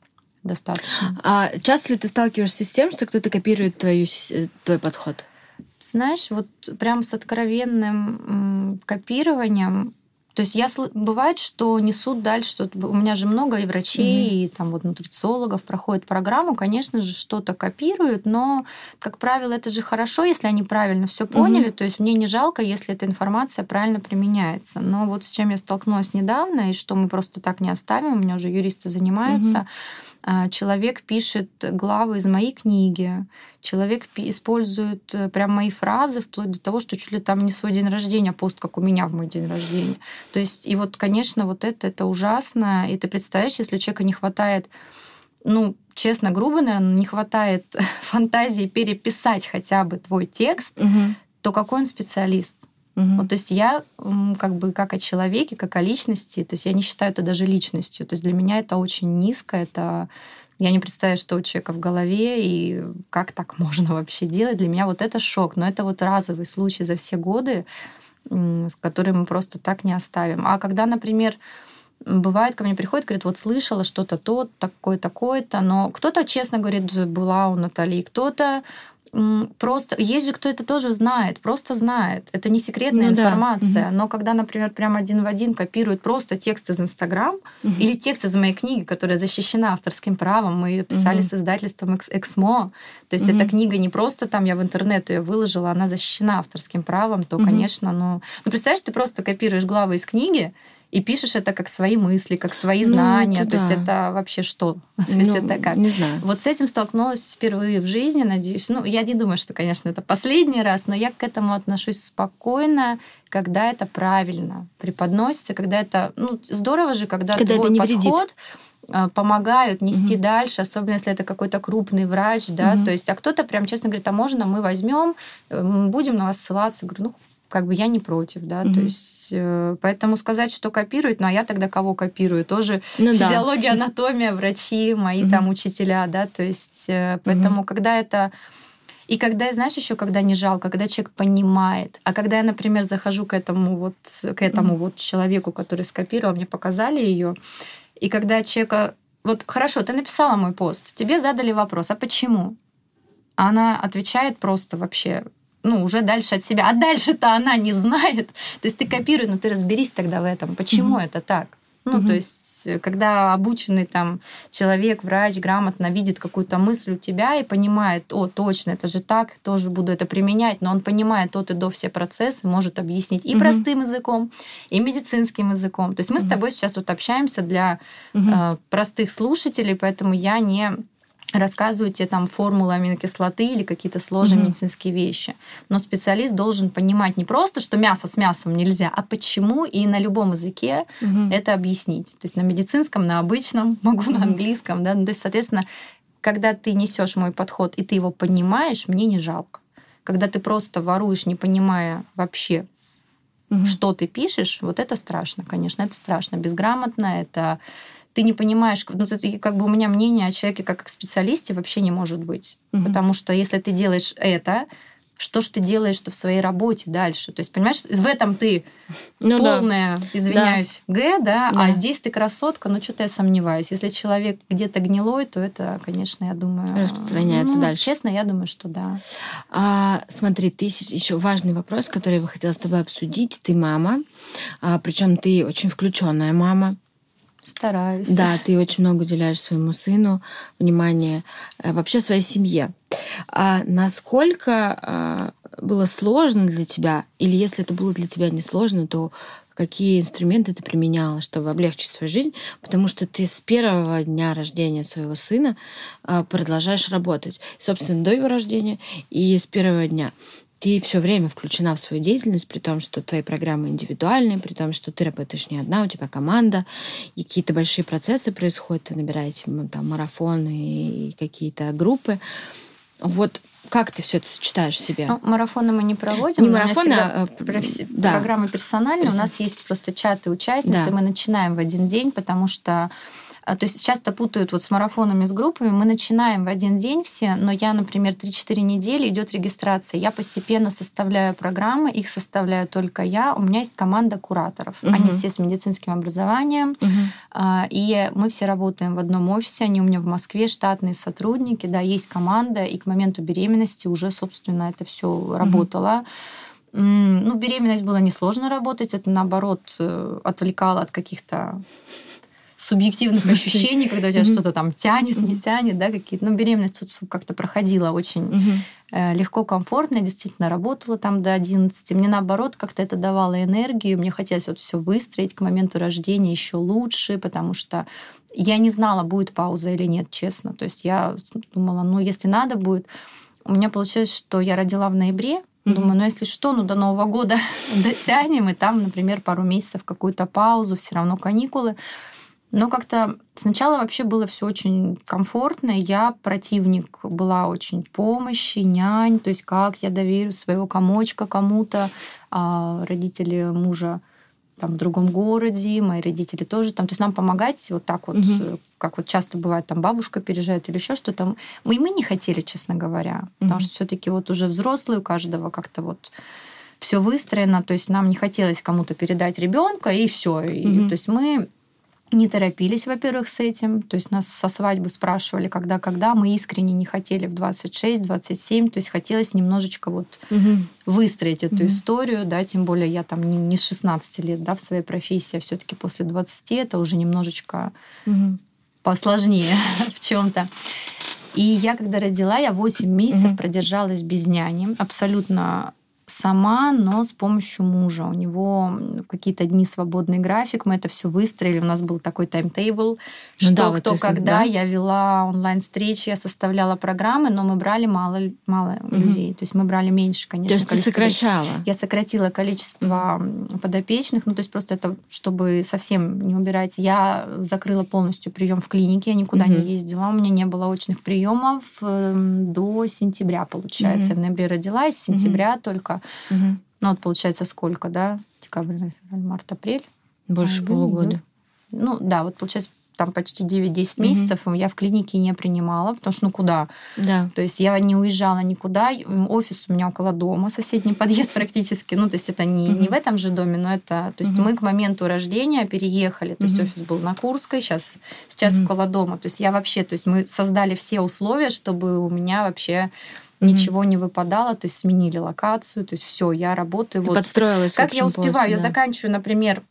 достаточно. А часто ли ты сталкиваешься с тем, что кто-то копирует твою, твой подход? Знаешь, вот прям с откровенным копированием. То есть я бывает, что несут дальше, что у меня же много и врачей, mm-hmm. и там вот нутрициологов проходят программу, конечно же, что-то копируют, но, как правило, это же хорошо, если они правильно все поняли. Mm-hmm. То есть мне не жалко, если эта информация правильно применяется. Но вот с чем я столкнулась недавно, и что мы просто так не оставим, у меня уже юристы занимаются. Mm-hmm. Человек пишет главы из моей книги, человек использует прям мои фразы, вплоть до того, что чуть ли там не в свой день рождения, а пост, как у меня в мой день рождения. То есть, и вот, конечно, вот это, это ужасно. И ты представляешь, если у человека не хватает, ну, честно, грубо, наверное, не хватает фантазии переписать хотя бы твой текст, угу. то какой он специалист? Угу. Вот, то есть я как бы как о человеке, как о личности, то есть я не считаю это даже личностью. То есть для меня это очень низко, это я не представляю, что у человека в голове и как так можно вообще делать. Для меня вот это шок. Но это вот разовый случай за все годы, с которым мы просто так не оставим. А когда, например, бывает, ко мне приходит, говорит, вот слышала что-то то, такое, такое-то, но кто-то, честно говорит, была у Натальи, кто-то просто... Есть же, кто это тоже знает, просто знает. Это не секретная ну, информация. Да. Но когда, например, прям один в один копируют просто текст из Инстаграм угу. или текст из моей книги, которая защищена авторским правом, мы ее писали угу. с издательством Эксмо, то есть угу. эта книга не просто там я в интернет ее выложила, она защищена авторским правом, то, угу. конечно, ну... Ну, представляешь, ты просто копируешь главы из книги, и пишешь это как свои мысли, как свои ну, знания. То да. есть это вообще что? То есть ну, это как? Не знаю. Вот с этим столкнулась впервые в жизни, надеюсь. Ну, я не думаю, что, конечно, это последний раз, но я к этому отношусь спокойно, когда это правильно преподносится, когда это... Ну, здорово же, когда, когда твой это не подход вредит. Помогают нести угу. дальше, особенно если это какой-то крупный врач, да, угу. то есть, а кто-то прям честно говорит, а можно мы возьмем, будем на вас ссылаться? Говорю, ну, как бы я не против, да, mm-hmm. то есть э, поэтому сказать, что копируют, ну а я тогда кого копирую? Тоже ну, физиология, да. анатомия, врачи, мои mm-hmm. там учителя, да, то есть э, поэтому mm-hmm. когда это... И когда, знаешь, еще когда не жалко, когда человек понимает, а когда я, например, захожу к этому вот, к этому mm-hmm. вот человеку, который скопировал, мне показали ее, и когда человека... Вот хорошо, ты написала мой пост, тебе задали вопрос, а почему? А она отвечает просто вообще... ну, уже дальше от себя. А дальше-то она не знает. То есть ты копируй, но ты разберись тогда в этом. Почему mm-hmm. это так? Ну, Мгм. то есть, когда обученный там человек, врач грамотно видит какую-то мысль у тебя и понимает, о, точно, это же так, тоже буду это применять, но он понимает от и до все процессы, может объяснить и Мгм. простым языком, и медицинским языком. То есть мы с Мгм. тобой сейчас вот общаемся для Мгм. э, простых слушателей, поэтому я не рассказываю тебе там формулы аминокислоты или какие-то сложные Мгм. медицинские вещи. Но специалист должен понимать не просто, что мясо с мясом нельзя, а почему, и на любом языке Мгм. это объяснить. То есть на медицинском, на обычном, могу на Мгм. английском. Да? Ну, то есть, соответственно, когда ты несешь мой подход и ты его понимаешь, мне не жалко. Когда ты просто воруешь, не понимая вообще, Мгм. что ты пишешь, вот это страшно, конечно, это страшно. Безграмотно, это ты не понимаешь, ну, это, как бы у меня мнение о человеке как о специалисте вообще не может быть. Мгм. Потому что если ты делаешь это, что ж ты делаешь-то в своей работе дальше? То есть, понимаешь, в этом ты Ну да. полная, извиняюсь, Г, да, Да. а здесь ты красотка, ну что-то я сомневаюсь. Если человек где-то гнилой, то это, конечно, я думаю... Распространяется ну, дальше. Честно, я думаю, что да. А, смотри, ты еще важный вопрос, который я бы хотела с тобой обсудить. Ты мама, а, причем ты очень включенная мама. Стараюсь. Да, ты очень много уделяешь своему сыну внимания, э, вообще своей семье. А насколько а, было сложно для тебя, или если это было для тебя не сложно, то какие инструменты ты применяла, чтобы облегчить свою жизнь? Потому что ты с первого дня рождения своего сына а, продолжаешь работать. Собственно, до его рождения и с первого дня. Ты все время включена в свою деятельность, при том, что твои программы индивидуальные, при том, что ты работаешь не одна, у тебя команда, и какие-то большие процессы происходят, вы набираете ну, там, марафоны и какие-то группы. Вот как ты все это сочетаешь в себе? Ну, марафоны мы не проводим. Не но у меня марафоны, всегда а, профи- да. программы персональные. Персон- У нас есть просто чаты участниц, Да. и мы начинаем в один день, потому что а, то есть часто путают вот с марафонами, с группами. Мы начинаем в один день все, но я, например, три-четыре недели идет регистрация. Я постепенно составляю программы, их составляю только я. У меня есть команда кураторов. Мгм. Они все с медицинским образованием. Мгм. А, И мы все работаем в одном офисе. Они у меня в Москве, штатные сотрудники. Да, есть команда, и к моменту беременности уже, собственно, это все работало. М, Ну, беременность было несложно работать. Это, наоборот, э, отвлекало от каких-то субъективных ощущений, когда у тебя Мгм. что-то там тянет, не тянет, да, какие-то. Но беременность тут как-то проходила очень Мгм. э, легко, комфортно. Я действительно работала там до одиннадцати. Мне, наоборот, как-то это давало энергию. Мне хотелось вот все выстроить к моменту рождения еще лучше, потому что я не знала, будет пауза или нет, честно. То есть я думала, ну, если надо будет. У меня получилось, что я родила в ноябре. Мгм. Думаю, ну если что, ну до Нового года дотянем, и там, например, пару месяцев какую-то паузу, все равно каникулы. Но как-то сначала вообще было все очень комфортно. Я противник была очень помощи, нянь, то есть как я доверю своего комочка кому-то, а родители мужа там в другом городе, мои родители тоже там. То есть нам помогать вот так вот, Мгм. как вот часто бывает, там бабушка переезжает или еще что-то. Мы, мы не хотели, честно говоря, потому Мгм. что все-таки вот уже взрослые, у каждого как-то вот все выстроено, то есть нам не хотелось кому-то передать ребенка и все. Мгм. То есть мы не торопились, во-первых, с этим. То есть нас со свадьбы спрашивали, когда-когда. Мы искренне не хотели в двадцать шесть двадцать семь. То есть хотелось немножечко вот Мгм. выстроить эту Мгм. историю, да, тем более я там не, не с шестнадцати лет, да, в своей профессии, а все-таки после двадцати это уже немножечко Мгм. посложнее в чем-то. И я, когда родила, я восемь месяцев Мгм. продержалась без няни, абсолютно сама, но с помощью мужа. У него какие-то дни свободный график, мы это все выстроили, у нас был такой таймтейбл, что да, вот кто то есть, когда. да? Я вела онлайн-встречи, я составляла программы, но мы брали мало, мало Мгм. людей. То есть мы брали меньше, конечно, То есть ты количество людей. сокращала? Я сократила количество подопечных, ну то есть просто это, чтобы совсем не убирать. Я закрыла полностью прием в клинике, я никуда Мгм. не ездила, у меня не было очных приемов эм, до сентября, получается. Мгм. Я в ноябре родилась, с сентября только. Мгм. Ну вот получается сколько, да? Декабрь, февраль, март, апрель. Больше Мгм. полугода. Ну да, вот получается там почти девять-десять Мгм. месяцев я в клинике не принимала, потому что ну куда? Да. То есть я не уезжала никуда. Офис у меня около дома, соседний подъезд практически. Ну, то есть это не, Мгм. не в этом же доме, но это... То есть Мгм. мы к моменту рождения переехали. То есть Мгм. офис был на Курской, сейчас, сейчас Мгм. около дома. То есть я вообще... То есть мы создали все условия, чтобы у меня вообще Мгм. ничего не выпадало. То есть сменили локацию. То есть все, я работаю. Ты вот. подстроилась, в Как я общем, успеваю? полностью, Я да. заканчиваю, например,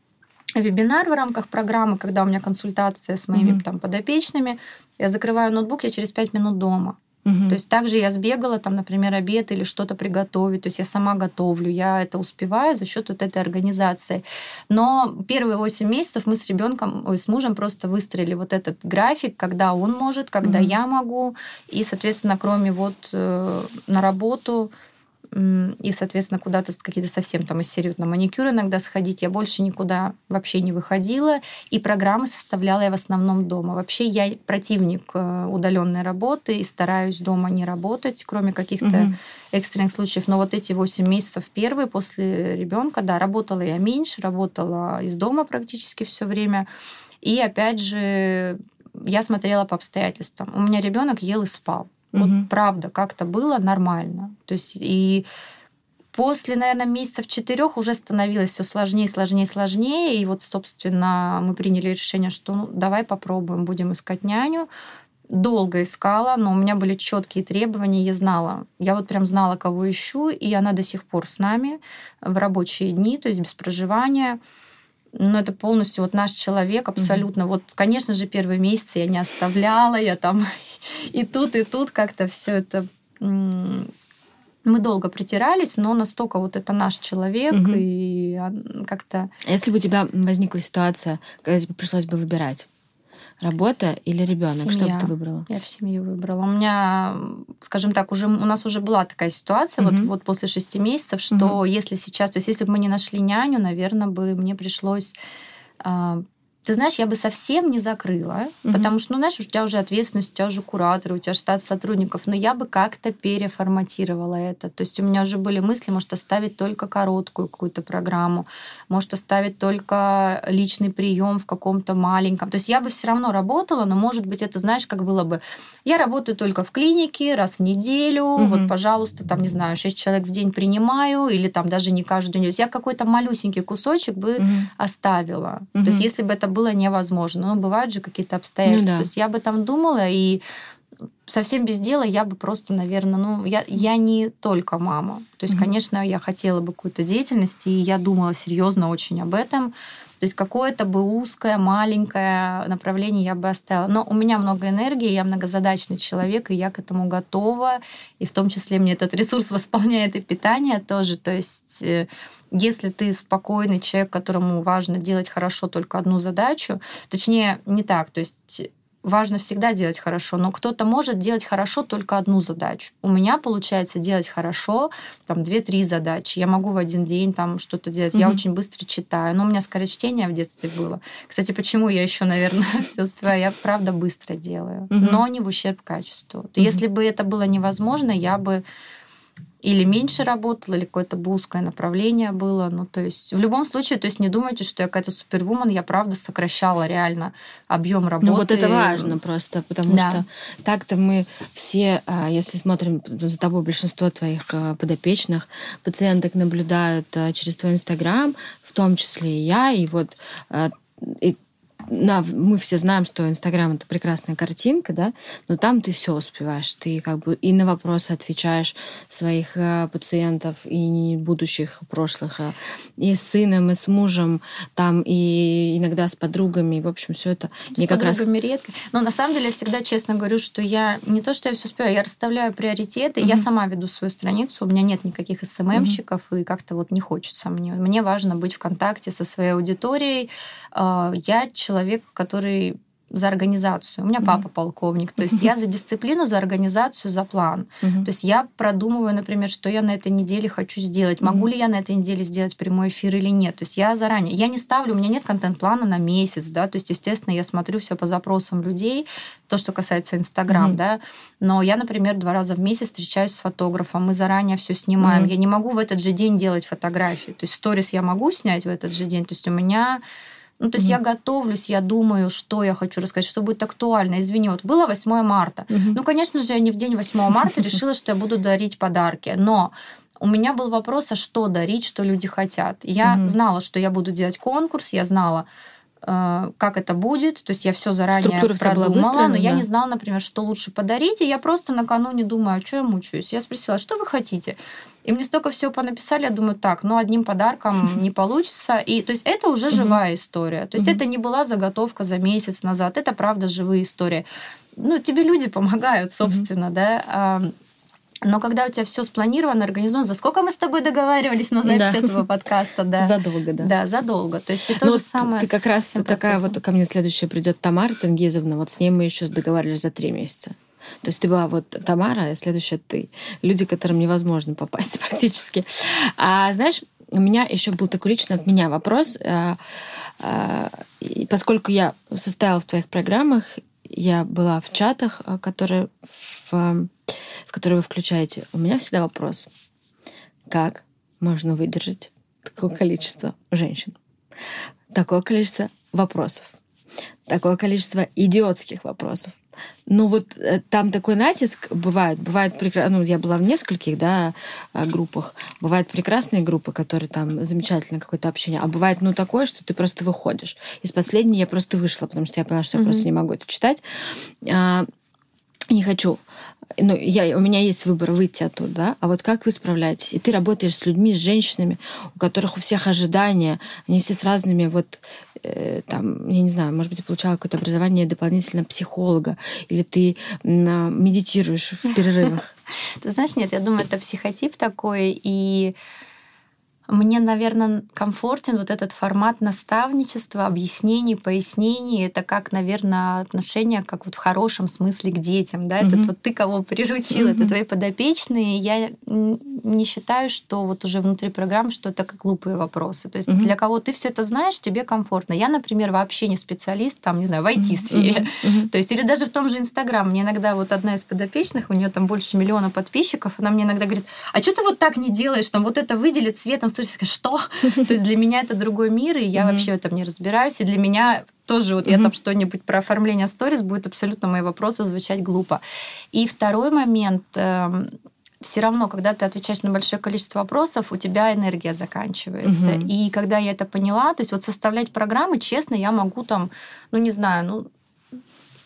вебинар в рамках программы, когда у меня консультация с моими Мгм. там подопечными, я закрываю ноутбук, я через пять минут дома. Мгм. То есть также я сбегала, там, например, обед или что-то приготовить. То есть я сама готовлю, я это успеваю за счет вот этой организации. Но первые восемь месяцев мы с ребенком, ой, с мужем просто выстроили вот этот график, когда он может, когда Мгм. я могу. И, соответственно, кроме вот э, на работу м, и, соответственно, куда-то с- какие-то совсем там из серии вот на маникюр иногда сходить, я больше никуда вообще не выходила. И программы составляла я в основном дома. Вообще я противник удаленной работы и стараюсь дома не работать, кроме каких-то Мгм. экстренных случаев. Но вот эти восемь месяцев первые после ребенка, да, работала я меньше, работала из дома практически все время. И опять же, я смотрела по обстоятельствам. У меня ребенок ел и спал. Вот Мгм. правда, как-то было нормально. То есть и после, наверное, месяцев четырех уже становилось все сложнее, сложнее, сложнее. И вот, собственно, мы приняли решение, что ну, давай попробуем, будем искать няню. Долго искала, но у меня были четкие требования, я знала. Я вот прям знала, кого ищу, и она до сих пор с нами в рабочие дни, то есть без проживания. Но это полностью вот наш человек, абсолютно. Mm-hmm. Вот, конечно же, первые месяцы я не оставляла, я там и тут, и тут как-то все это... Мы долго притирались, но настолько вот это наш человек, Мгм. и как-то... Если бы у тебя возникла ситуация, когда тебе пришлось бы выбирать, работа или ребенок, что бы Семья. ты выбрала? Я в семью выбрала. У меня, скажем так, уже у нас уже была такая ситуация, Мгм. вот, вот после шести месяцев, что Мгм. если сейчас, то есть если бы мы не нашли няню, наверное, бы мне пришлось... а, Ты знаешь, я бы совсем не закрыла, Мгм. потому что, ну, знаешь, у тебя уже ответственность, у тебя уже кураторы, у тебя штат сотрудников, но я бы как-то переформатировала это. То есть у меня уже были мысли, может, оставить только короткую какую-то программу, может, оставить только личный прием в каком-то маленьком. То есть я бы все равно работала, но, может быть, это, знаешь, как было бы, я работаю только в клинике раз в неделю, Мгм. вот, пожалуйста, там, не знаю, шесть человек в день принимаю, или там даже не каждый день. То есть я какой-то малюсенький кусочек бы Мгм. оставила. Мгм. То есть если бы это было невозможно. Но бывают же какие-то обстоятельства. Ну да. То есть я бы там думала, и совсем без дела я бы просто, наверное, ну, я, я не только мама. То есть, Мгм. конечно, я хотела бы какую-то деятельность, и я думала серьезно очень об этом. То есть какое-то бы узкое, маленькое направление я бы оставила. Но у меня много энергии, я многозадачный человек, и я к этому готова. И в том числе мне этот ресурс восполняет и питание тоже. То есть э, если ты спокойный человек, которому важно делать хорошо только одну задачу, точнее, не так, то есть важно всегда делать хорошо, но кто-то может делать хорошо только одну задачу. У меня получается делать хорошо там две-три задачи. Я могу в один день там что-то делать. Я Мгм. очень быстро читаю. Но у меня скорее чтение в детстве было. Кстати, почему я еще, наверное, все успеваю? Я правда быстро делаю, Мгм. но не в ущерб качеству. Мгм. Если бы это было невозможно, я бы или меньше работала, или какое-то бы узкое направление было. Ну, то есть в любом случае, то есть не думайте, что я какая-то супервумен, я правда сокращала реально объем работы. Ну вот это важно просто, потому Да. что так-то мы все, а, если смотрим за тобой, большинство твоих а, подопечных, пациенток наблюдают а, через твой Инстаграм, в том числе и я, и вот а, и на, мы все знаем, что Инстаграм — это прекрасная картинка, да, но там ты все успеваешь. Ты как бы и на вопросы отвечаешь своих э, пациентов, и будущих, прошлых, э, и с сыном, и с мужем, там, и иногда с подругами. В общем, все это С не как раз... подругами редко. Но на самом деле я всегда честно говорю, что я не то, что я все успеваю, я расставляю приоритеты, Мгм. я сама веду свою страницу, у меня нет никаких эс эм эм-щиков, и как-то вот не хочется мне. Мне важно быть в контакте со своей аудиторией. А, Я человек, который за организацию. У меня Мгм. папа полковник. То есть я за дисциплину, за организацию, за план. Мгм. То есть я продумываю, например, что я на этой неделе хочу сделать. Могу Мгм. ли я на этой неделе сделать прямой эфир или нет. То есть я заранее... Я не ставлю, у меня нет контент-плана на месяц, да, то есть, естественно, я смотрю все по запросам людей, то, что касается Инстаграм, Мгм. да. Но я, например, два раза в месяц встречаюсь с фотографом, мы заранее все снимаем. Мгм. Я не могу в этот же день делать фотографии. То есть сторис я могу снять в этот же день. То есть у меня... Ну, то есть Мгм. я готовлюсь, я думаю, что я хочу рассказать, что будет актуально. Извини, вот было восьмое марта. Мгм. Ну, конечно же, я не в день восьмого марта решила, что я буду дарить подарки. Но у меня был вопрос, а что дарить, что люди хотят. Я Мгм. знала, что я буду делать конкурс, я знала, как это будет, то есть я все заранее Структура вся была продумала, выстроена, но я да. не знала, например, что лучше подарить, и я просто накануне думаю, а что я мучаюсь? Я спросила, что вы хотите? И мне столько всего понаписали, я думаю, так, ну одним подарком не получится. И, то есть это уже живая история. То есть это не была заготовка за месяц назад, это правда живые истории. Ну, тебе люди помогают, собственно, да. Но когда у тебя все спланировано, организовано, за сколько мы с тобой договаривались на запись да. этого подкаста, да. Задолго, да. Да, задолго. То есть это ну, то же самое. Ты как раз такая вот ко мне следующая придет Тамара Тенгизовна, вот с ней мы еще договаривались за три месяца. То есть ты была вот Тамара, а следующая ты. Люди, которым невозможно попасть практически. А знаешь, у меня еще был такой лично от меня вопрос. И поскольку я состояла в твоих программах, я была в чатах, которые в, в которые вы включаете. У меня всегда вопрос. Как можно выдержать такое количество женщин? Такое количество вопросов? Такое количество идиотских вопросов? Ну вот там такой натиск бывает. Бывает прекрасно. Ну, я была в нескольких да, группах. Бывают прекрасные группы, которые там замечательное какое-то общение. А бывает ну такое, что ты просто выходишь. Из последней я просто вышла, потому что я поняла, что я mm-hmm. просто не могу это читать. Не хочу. Ну, я, у меня есть выбор выйти оттуда, да? А вот как вы справляетесь? И ты работаешь с людьми, с женщинами, у которых у всех ожидания, они все с разными вот э, там, я не знаю, может быть, ты получала какое-то образование дополнительно психолога, или ты э, медитируешь в перерывах? Ты знаешь, нет, я думаю, это психотип такой, и мне, наверное, комфортен вот этот формат наставничества, объяснений, пояснений. Это как, наверное, отношение, как вот в хорошем смысле к детям. Да? Mm-hmm. Это вот ты кого приручил, mm-hmm. это твои подопечные. Я не считаю, что вот уже внутри программы, что это как глупые вопросы. То есть mm-hmm. для кого ты все это знаешь, тебе комфортно. Я, например, вообще не специалист, там, не знаю, в ай ти-сфере. Mm-hmm. То есть, или даже в том же Инстаграм. Мне иногда вот одна из подопечных, у нее там больше миллиона подписчиков, она мне иногда говорит, а что ты вот так не делаешь? Там вот это выдели цветом, что? То есть для меня это другой мир, и я mm-hmm. вообще в этом не разбираюсь. И для меня тоже вот mm-hmm. я там что-нибудь про оформление сторис, будет абсолютно мои вопросы звучать глупо. И второй момент. Э, все равно, когда ты отвечаешь на большое количество вопросов, у тебя энергия заканчивается. Mm-hmm. И когда я это поняла, то есть вот составлять программы, честно, я могу там, ну не знаю, ну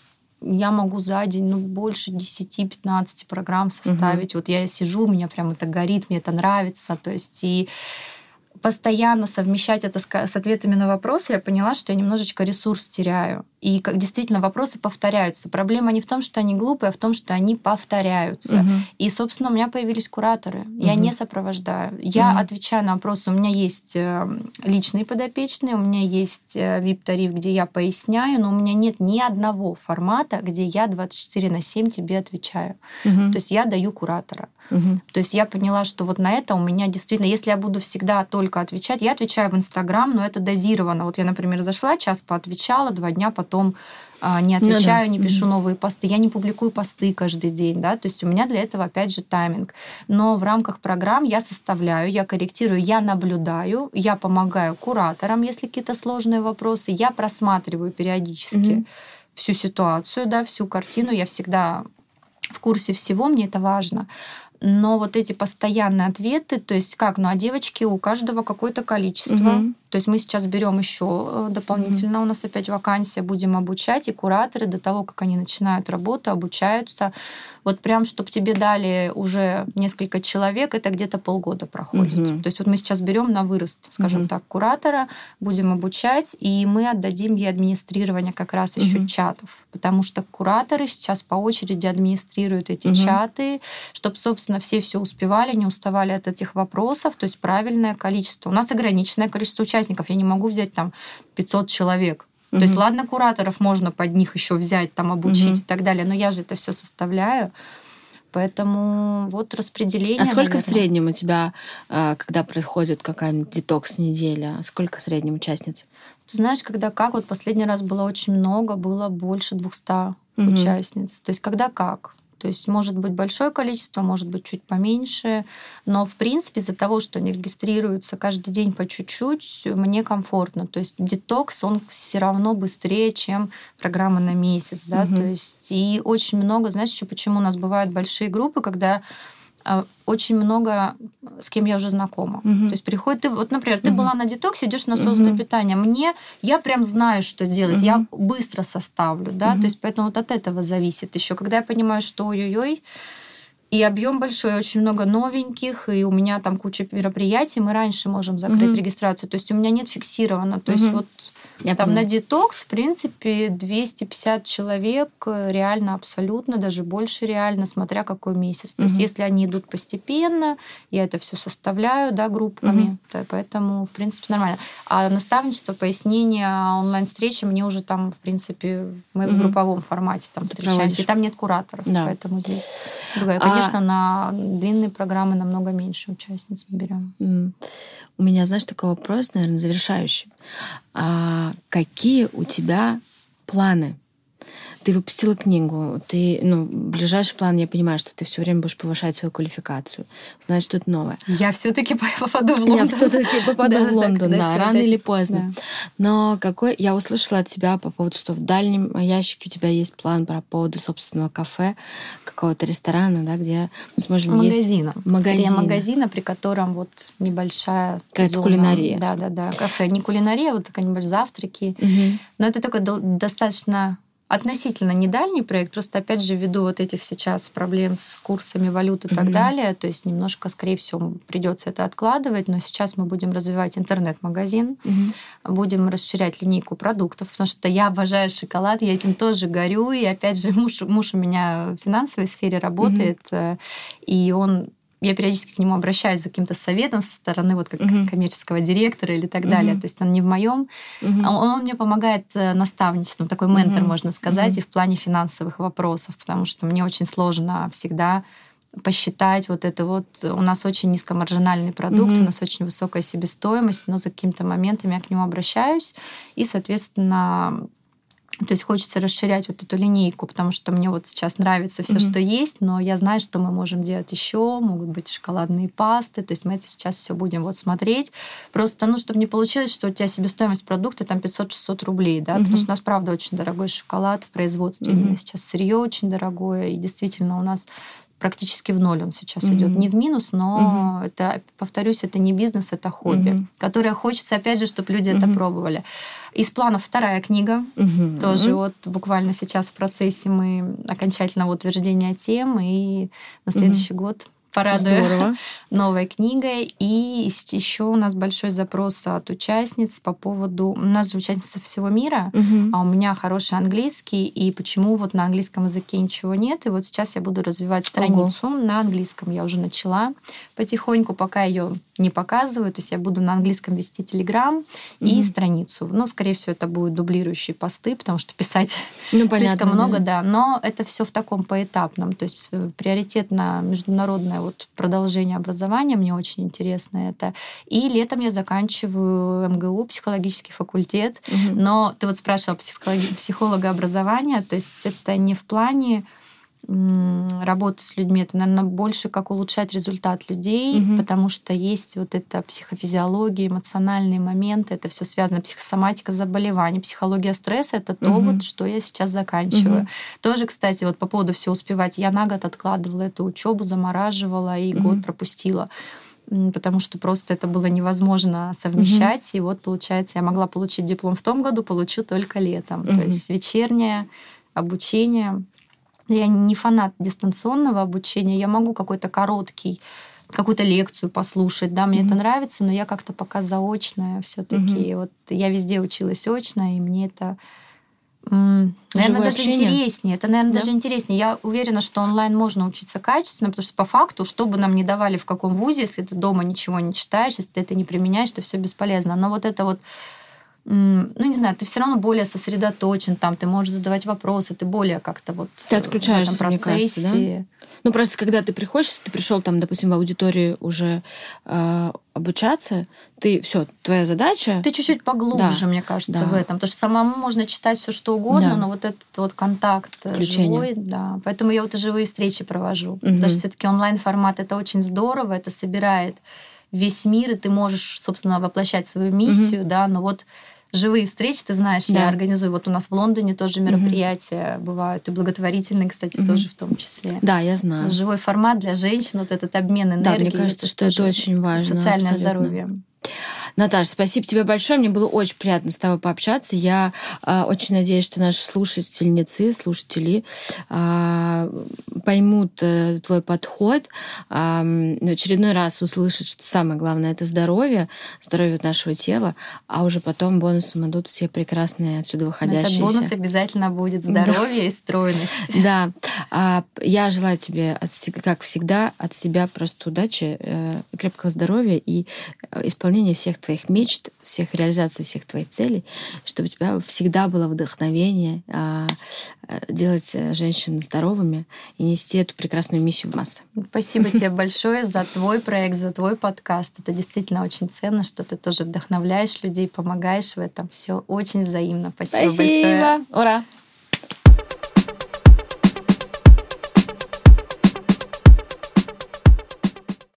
я могу за день ну, больше десять-пятнадцать программ составить. Mm-hmm. Вот я сижу, у меня прям это горит, мне это нравится. То есть и постоянно совмещать это с ответами на вопросы, я поняла, что я немножечко ресурс теряю. И как действительно вопросы повторяются. Проблема не в том, что они глупые, а в том, что они повторяются. Uh-huh. И, собственно, у меня появились кураторы. Uh-huh. Я не сопровождаю. Я uh-huh. отвечаю на вопросы. У меня есть личные подопечные, у меня есть ви ай пи-тариф, где я поясняю, но у меня нет ни одного формата, где я двадцать четыре на семь тебе отвечаю. Uh-huh. То есть я даю куратора. Uh-huh. То есть я поняла, что вот на это у меня действительно, если я буду всегда только отвечать, я отвечаю в Инстаграм, но это дозировано. Вот я, например, зашла, час поотвечала, два дня потом не отвечаю, ну, да. не пишу mm-hmm. новые посты. Я не публикую посты каждый день. Да? То есть у меня для этого, опять же, тайминг. Но в рамках программ я составляю, я корректирую, я наблюдаю, я помогаю кураторам, если какие-то сложные вопросы. Я просматриваю периодически mm-hmm. всю ситуацию, да, всю картину. Я всегда в курсе всего, мне это важно. Но вот эти постоянные ответы, то есть как, ну а девочки у каждого какое-то количество. Mm-hmm. То есть мы сейчас берем еще дополнительно, mm-hmm. у нас опять вакансия, будем обучать, и кураторы до того, как они начинают работу, обучаются. Вот прям, чтобы тебе дали уже несколько человек, это где-то полгода проходит. Mm-hmm. То есть вот мы сейчас берем на вырост, скажем mm-hmm. так, куратора, будем обучать, и мы отдадим ей администрирование как раз еще mm-hmm. чатов, потому что кураторы сейчас по очереди администрируют эти mm-hmm. чаты, чтобы, собственно, все все успевали, не уставали от этих вопросов, то есть правильное количество. У нас ограниченное количество участников, я не могу взять там пятьсот человек. Mm-hmm. То есть, ладно, кураторов можно под них еще взять, там, обучить mm-hmm. и так далее, но я же это все составляю. Поэтому вот распределение. А сколько наверное. В среднем у тебя, когда происходит какая-нибудь детокс-неделя, сколько в среднем участниц? Ты знаешь, когда как, вот последний раз было очень много, было больше двухсот mm-hmm. участниц. То есть, когда как. То есть может быть большое количество, может быть чуть поменьше. Но в принципе из-за того, что они регистрируются каждый день по чуть-чуть, мне комфортно. То есть детокс, он все равно быстрее, чем программа на месяц. Да? Угу. То есть, и очень много, знаешь, еще почему у нас бывают большие группы, когда очень много с кем я уже знакома. Мгм. То есть приходит, ты, вот, например, ты Мгм. была на детоксе, идешь на осознанное Мгм. питание. Мне, я прям знаю, что делать, я Мгм. быстро составлю, да, Мгм. то есть поэтому вот от этого зависит еще. Когда я понимаю, что ой-ой-ой, и объем большой, очень много новеньких, и у меня там куча мероприятий, мы раньше можем закрыть Мгм. регистрацию. То есть у меня нет фиксировано. То есть Мгм. вот Я там поняла. на детокс, в принципе, двести пятьдесят человек э, реально абсолютно, даже больше реально, смотря какой месяц. То есть Мгм. если они идут постепенно, я это все составляю, да, группами, Мгм. да, поэтому, в принципе, нормально. А наставничество, пояснение, онлайн-встречи, мне уже там, в принципе, мы в Мгм. групповом формате там Ты встречаемся, проводишь. и там нет кураторов, Да. поэтому здесь другая. А- Конечно, на длинные программы намного меньше участниц мы берем. М. У меня, знаешь, такой вопрос, наверное, завершающий. А какие у тебя планы? Ты выпустила книгу, ты, ну, ближайший план, я понимаю, что ты все время будешь повышать свою квалификацию, узнать что-то новое. Я все-таки попаду в Лондон. Я все-таки попаду Да, в да, Лондон, когда да, всё рано опять- или поздно. Да. Но какой я услышала от тебя по поводу, что в дальнем ящике у тебя есть план по поводу собственного кафе, какого-то ресторана, да, где мы сможем есть Магазина. магазина. Скорее, магазина, при котором вот небольшая Какая-то зона. кулинария. Да, да, да. Кафе. Не кулинария, вот такая небольшая завтраки. Мгм. Но это такой дол- достаточно относительно недальний проект, просто опять же ввиду вот этих сейчас проблем с курсами валют и так Мгм. далее, то есть немножко, скорее всего, придется это откладывать, но сейчас мы будем развивать интернет-магазин, Мгм. будем расширять линейку продуктов, потому что я обожаю шоколад, я этим тоже горю, и опять же муж, муж у меня в финансовой сфере работает, э, и он я периодически к нему обращаюсь за каким-то советом со стороны вот как Мгм. коммерческого директора или так далее. Мгм. То есть он не в моем, Мгм. он, он мне помогает э, наставничеством, такой ментор, Мгм. можно сказать, Мгм. и в плане финансовых вопросов, потому что мне очень сложно всегда посчитать вот это вот. У нас очень низкомаржинальный продукт, Мгм. у нас очень высокая себестоимость, но за какими-то моментами я к нему обращаюсь, и, соответственно, то есть хочется расширять вот эту линейку, потому что мне вот сейчас нравится все, Мгм. что есть, но я знаю, что мы можем делать еще, могут быть шоколадные пасты, то есть мы это сейчас все будем вот смотреть. Просто, ну, чтобы не получилось, что у тебя себестоимость продукта там пятьсот-шестьсот рублей, да, Мгм. потому что у нас, правда, очень дорогой шоколад в производстве, Мгм. именно сейчас сырье очень дорогое, и действительно у нас практически в ноль он сейчас Мгм. идет. Не в минус, но это, повторюсь, это не бизнес, это хобби, Мгм. которое хочется, опять же, чтобы люди это Мгм. пробовали. Из планов вторая книга. Мгм. Тоже вот буквально сейчас в процессе мы окончательного утверждения тем, и на следующий год порадую Здорово. новой книгой. И еще у нас большой запрос от участниц по поводу... У нас же участницы всего мира, Мгм. а у меня хороший английский, и почему вот на английском языке ничего нет. И вот сейчас я буду развивать страницу на английском. Я уже начала потихоньку, пока ее не показываю. То есть я буду на английском вести Телеграм и Мгм. страницу. Ну, скорее всего, это будут дублирующие посты, потому что писать Ну, понятно, слишком много, да. да. Но это все в таком поэтапном. То есть приоритет на международное вот продолжение образования. Мне очень интересно это. И летом я заканчиваю эм гэ у, психологический факультет. Мгм. Но ты вот спрашивала психологи- психолога-образования. То есть это не в плане м, работы с людьми, это, наверное, больше как улучшать результат людей, Мгм. потому что есть вот эта психофизиология, эмоциональные моменты, это все связано, психосоматика заболеваний, психология стресса — это то, Мгм. вот, что я сейчас заканчиваю. Мгм. Тоже, кстати, вот по поводу все успевать, я на год откладывала эту учебу, замораживала и Мгм. год пропустила, м, потому что просто это было невозможно совмещать. И вот, получается, я могла получить диплом в том году, получу только летом. То Мгм. есть вечернее обучение. Я не фанат дистанционного обучения, я могу какой-то короткий, какую-то лекцию послушать, да, мне Мгм. это нравится, но я как-то пока заочная все-таки. Вот я везде училась очно, и мне это, м, наверное, Живое даже общение? интереснее. Это, наверное, Да? даже интереснее. Я уверена, что онлайн можно учиться качественно, потому что по факту, что бы нам ни давали в каком вузе, если ты дома ничего не читаешь, если ты это не применяешь, то все бесполезно. Но вот это вот, м, ну, не знаю, ты все равно более сосредоточен, там, ты можешь задавать вопросы, ты более как-то вот Ты отключаешься, в этом мне процессе. кажется, да? Ну, просто когда ты приходишь, если ты пришел там, допустим, в аудиторию уже э, обучаться, ты все, твоя задача. Ты чуть-чуть поглубже, Да, мне кажется, да. в этом. Потому что самому можно читать все что угодно, Да. но вот этот вот контакт э, Включение. живой, да. Поэтому я вот и живые встречи провожу. Мгм. Потому что все-таки онлайн-формат это очень здорово, это собирает весь мир, и ты можешь, собственно, воплощать свою миссию, да, но вот живые встречи, ты знаешь, Да. я организую. Вот у нас в Лондоне тоже мероприятия mm-hmm. бывают, и благотворительные, кстати, mm-hmm. тоже в том числе. Да, я знаю. Живой формат для женщин, вот этот обмен энергией. Да, мне кажется, что это очень важно. Социальное абсолютно. здоровье. Наташа, спасибо тебе большое. Мне было очень приятно с тобой пообщаться. Я э, очень надеюсь, что наши слушательницы, слушатели э, поймут э, твой подход, э, в очередной раз услышат, что самое главное — это здоровье, здоровье нашего тела, а уже потом бонусом идут все прекрасные отсюда выходящие. Этот бонус обязательно будет здоровье да. и стройность. Да. А, я желаю тебе, как всегда, от себя просто удачи, э, крепкого здоровья и исполнения всех твоих мечт, всех реализаций всех твоих целей, чтобы у тебя всегда было вдохновение а, делать женщин здоровыми и нести эту прекрасную миссию в массы. Спасибо тебе большое за твой проект, за твой подкаст. Это действительно очень ценно, что ты тоже вдохновляешь людей, помогаешь в этом. Все очень взаимно. Спасибо, Спасибо. большое. Ура!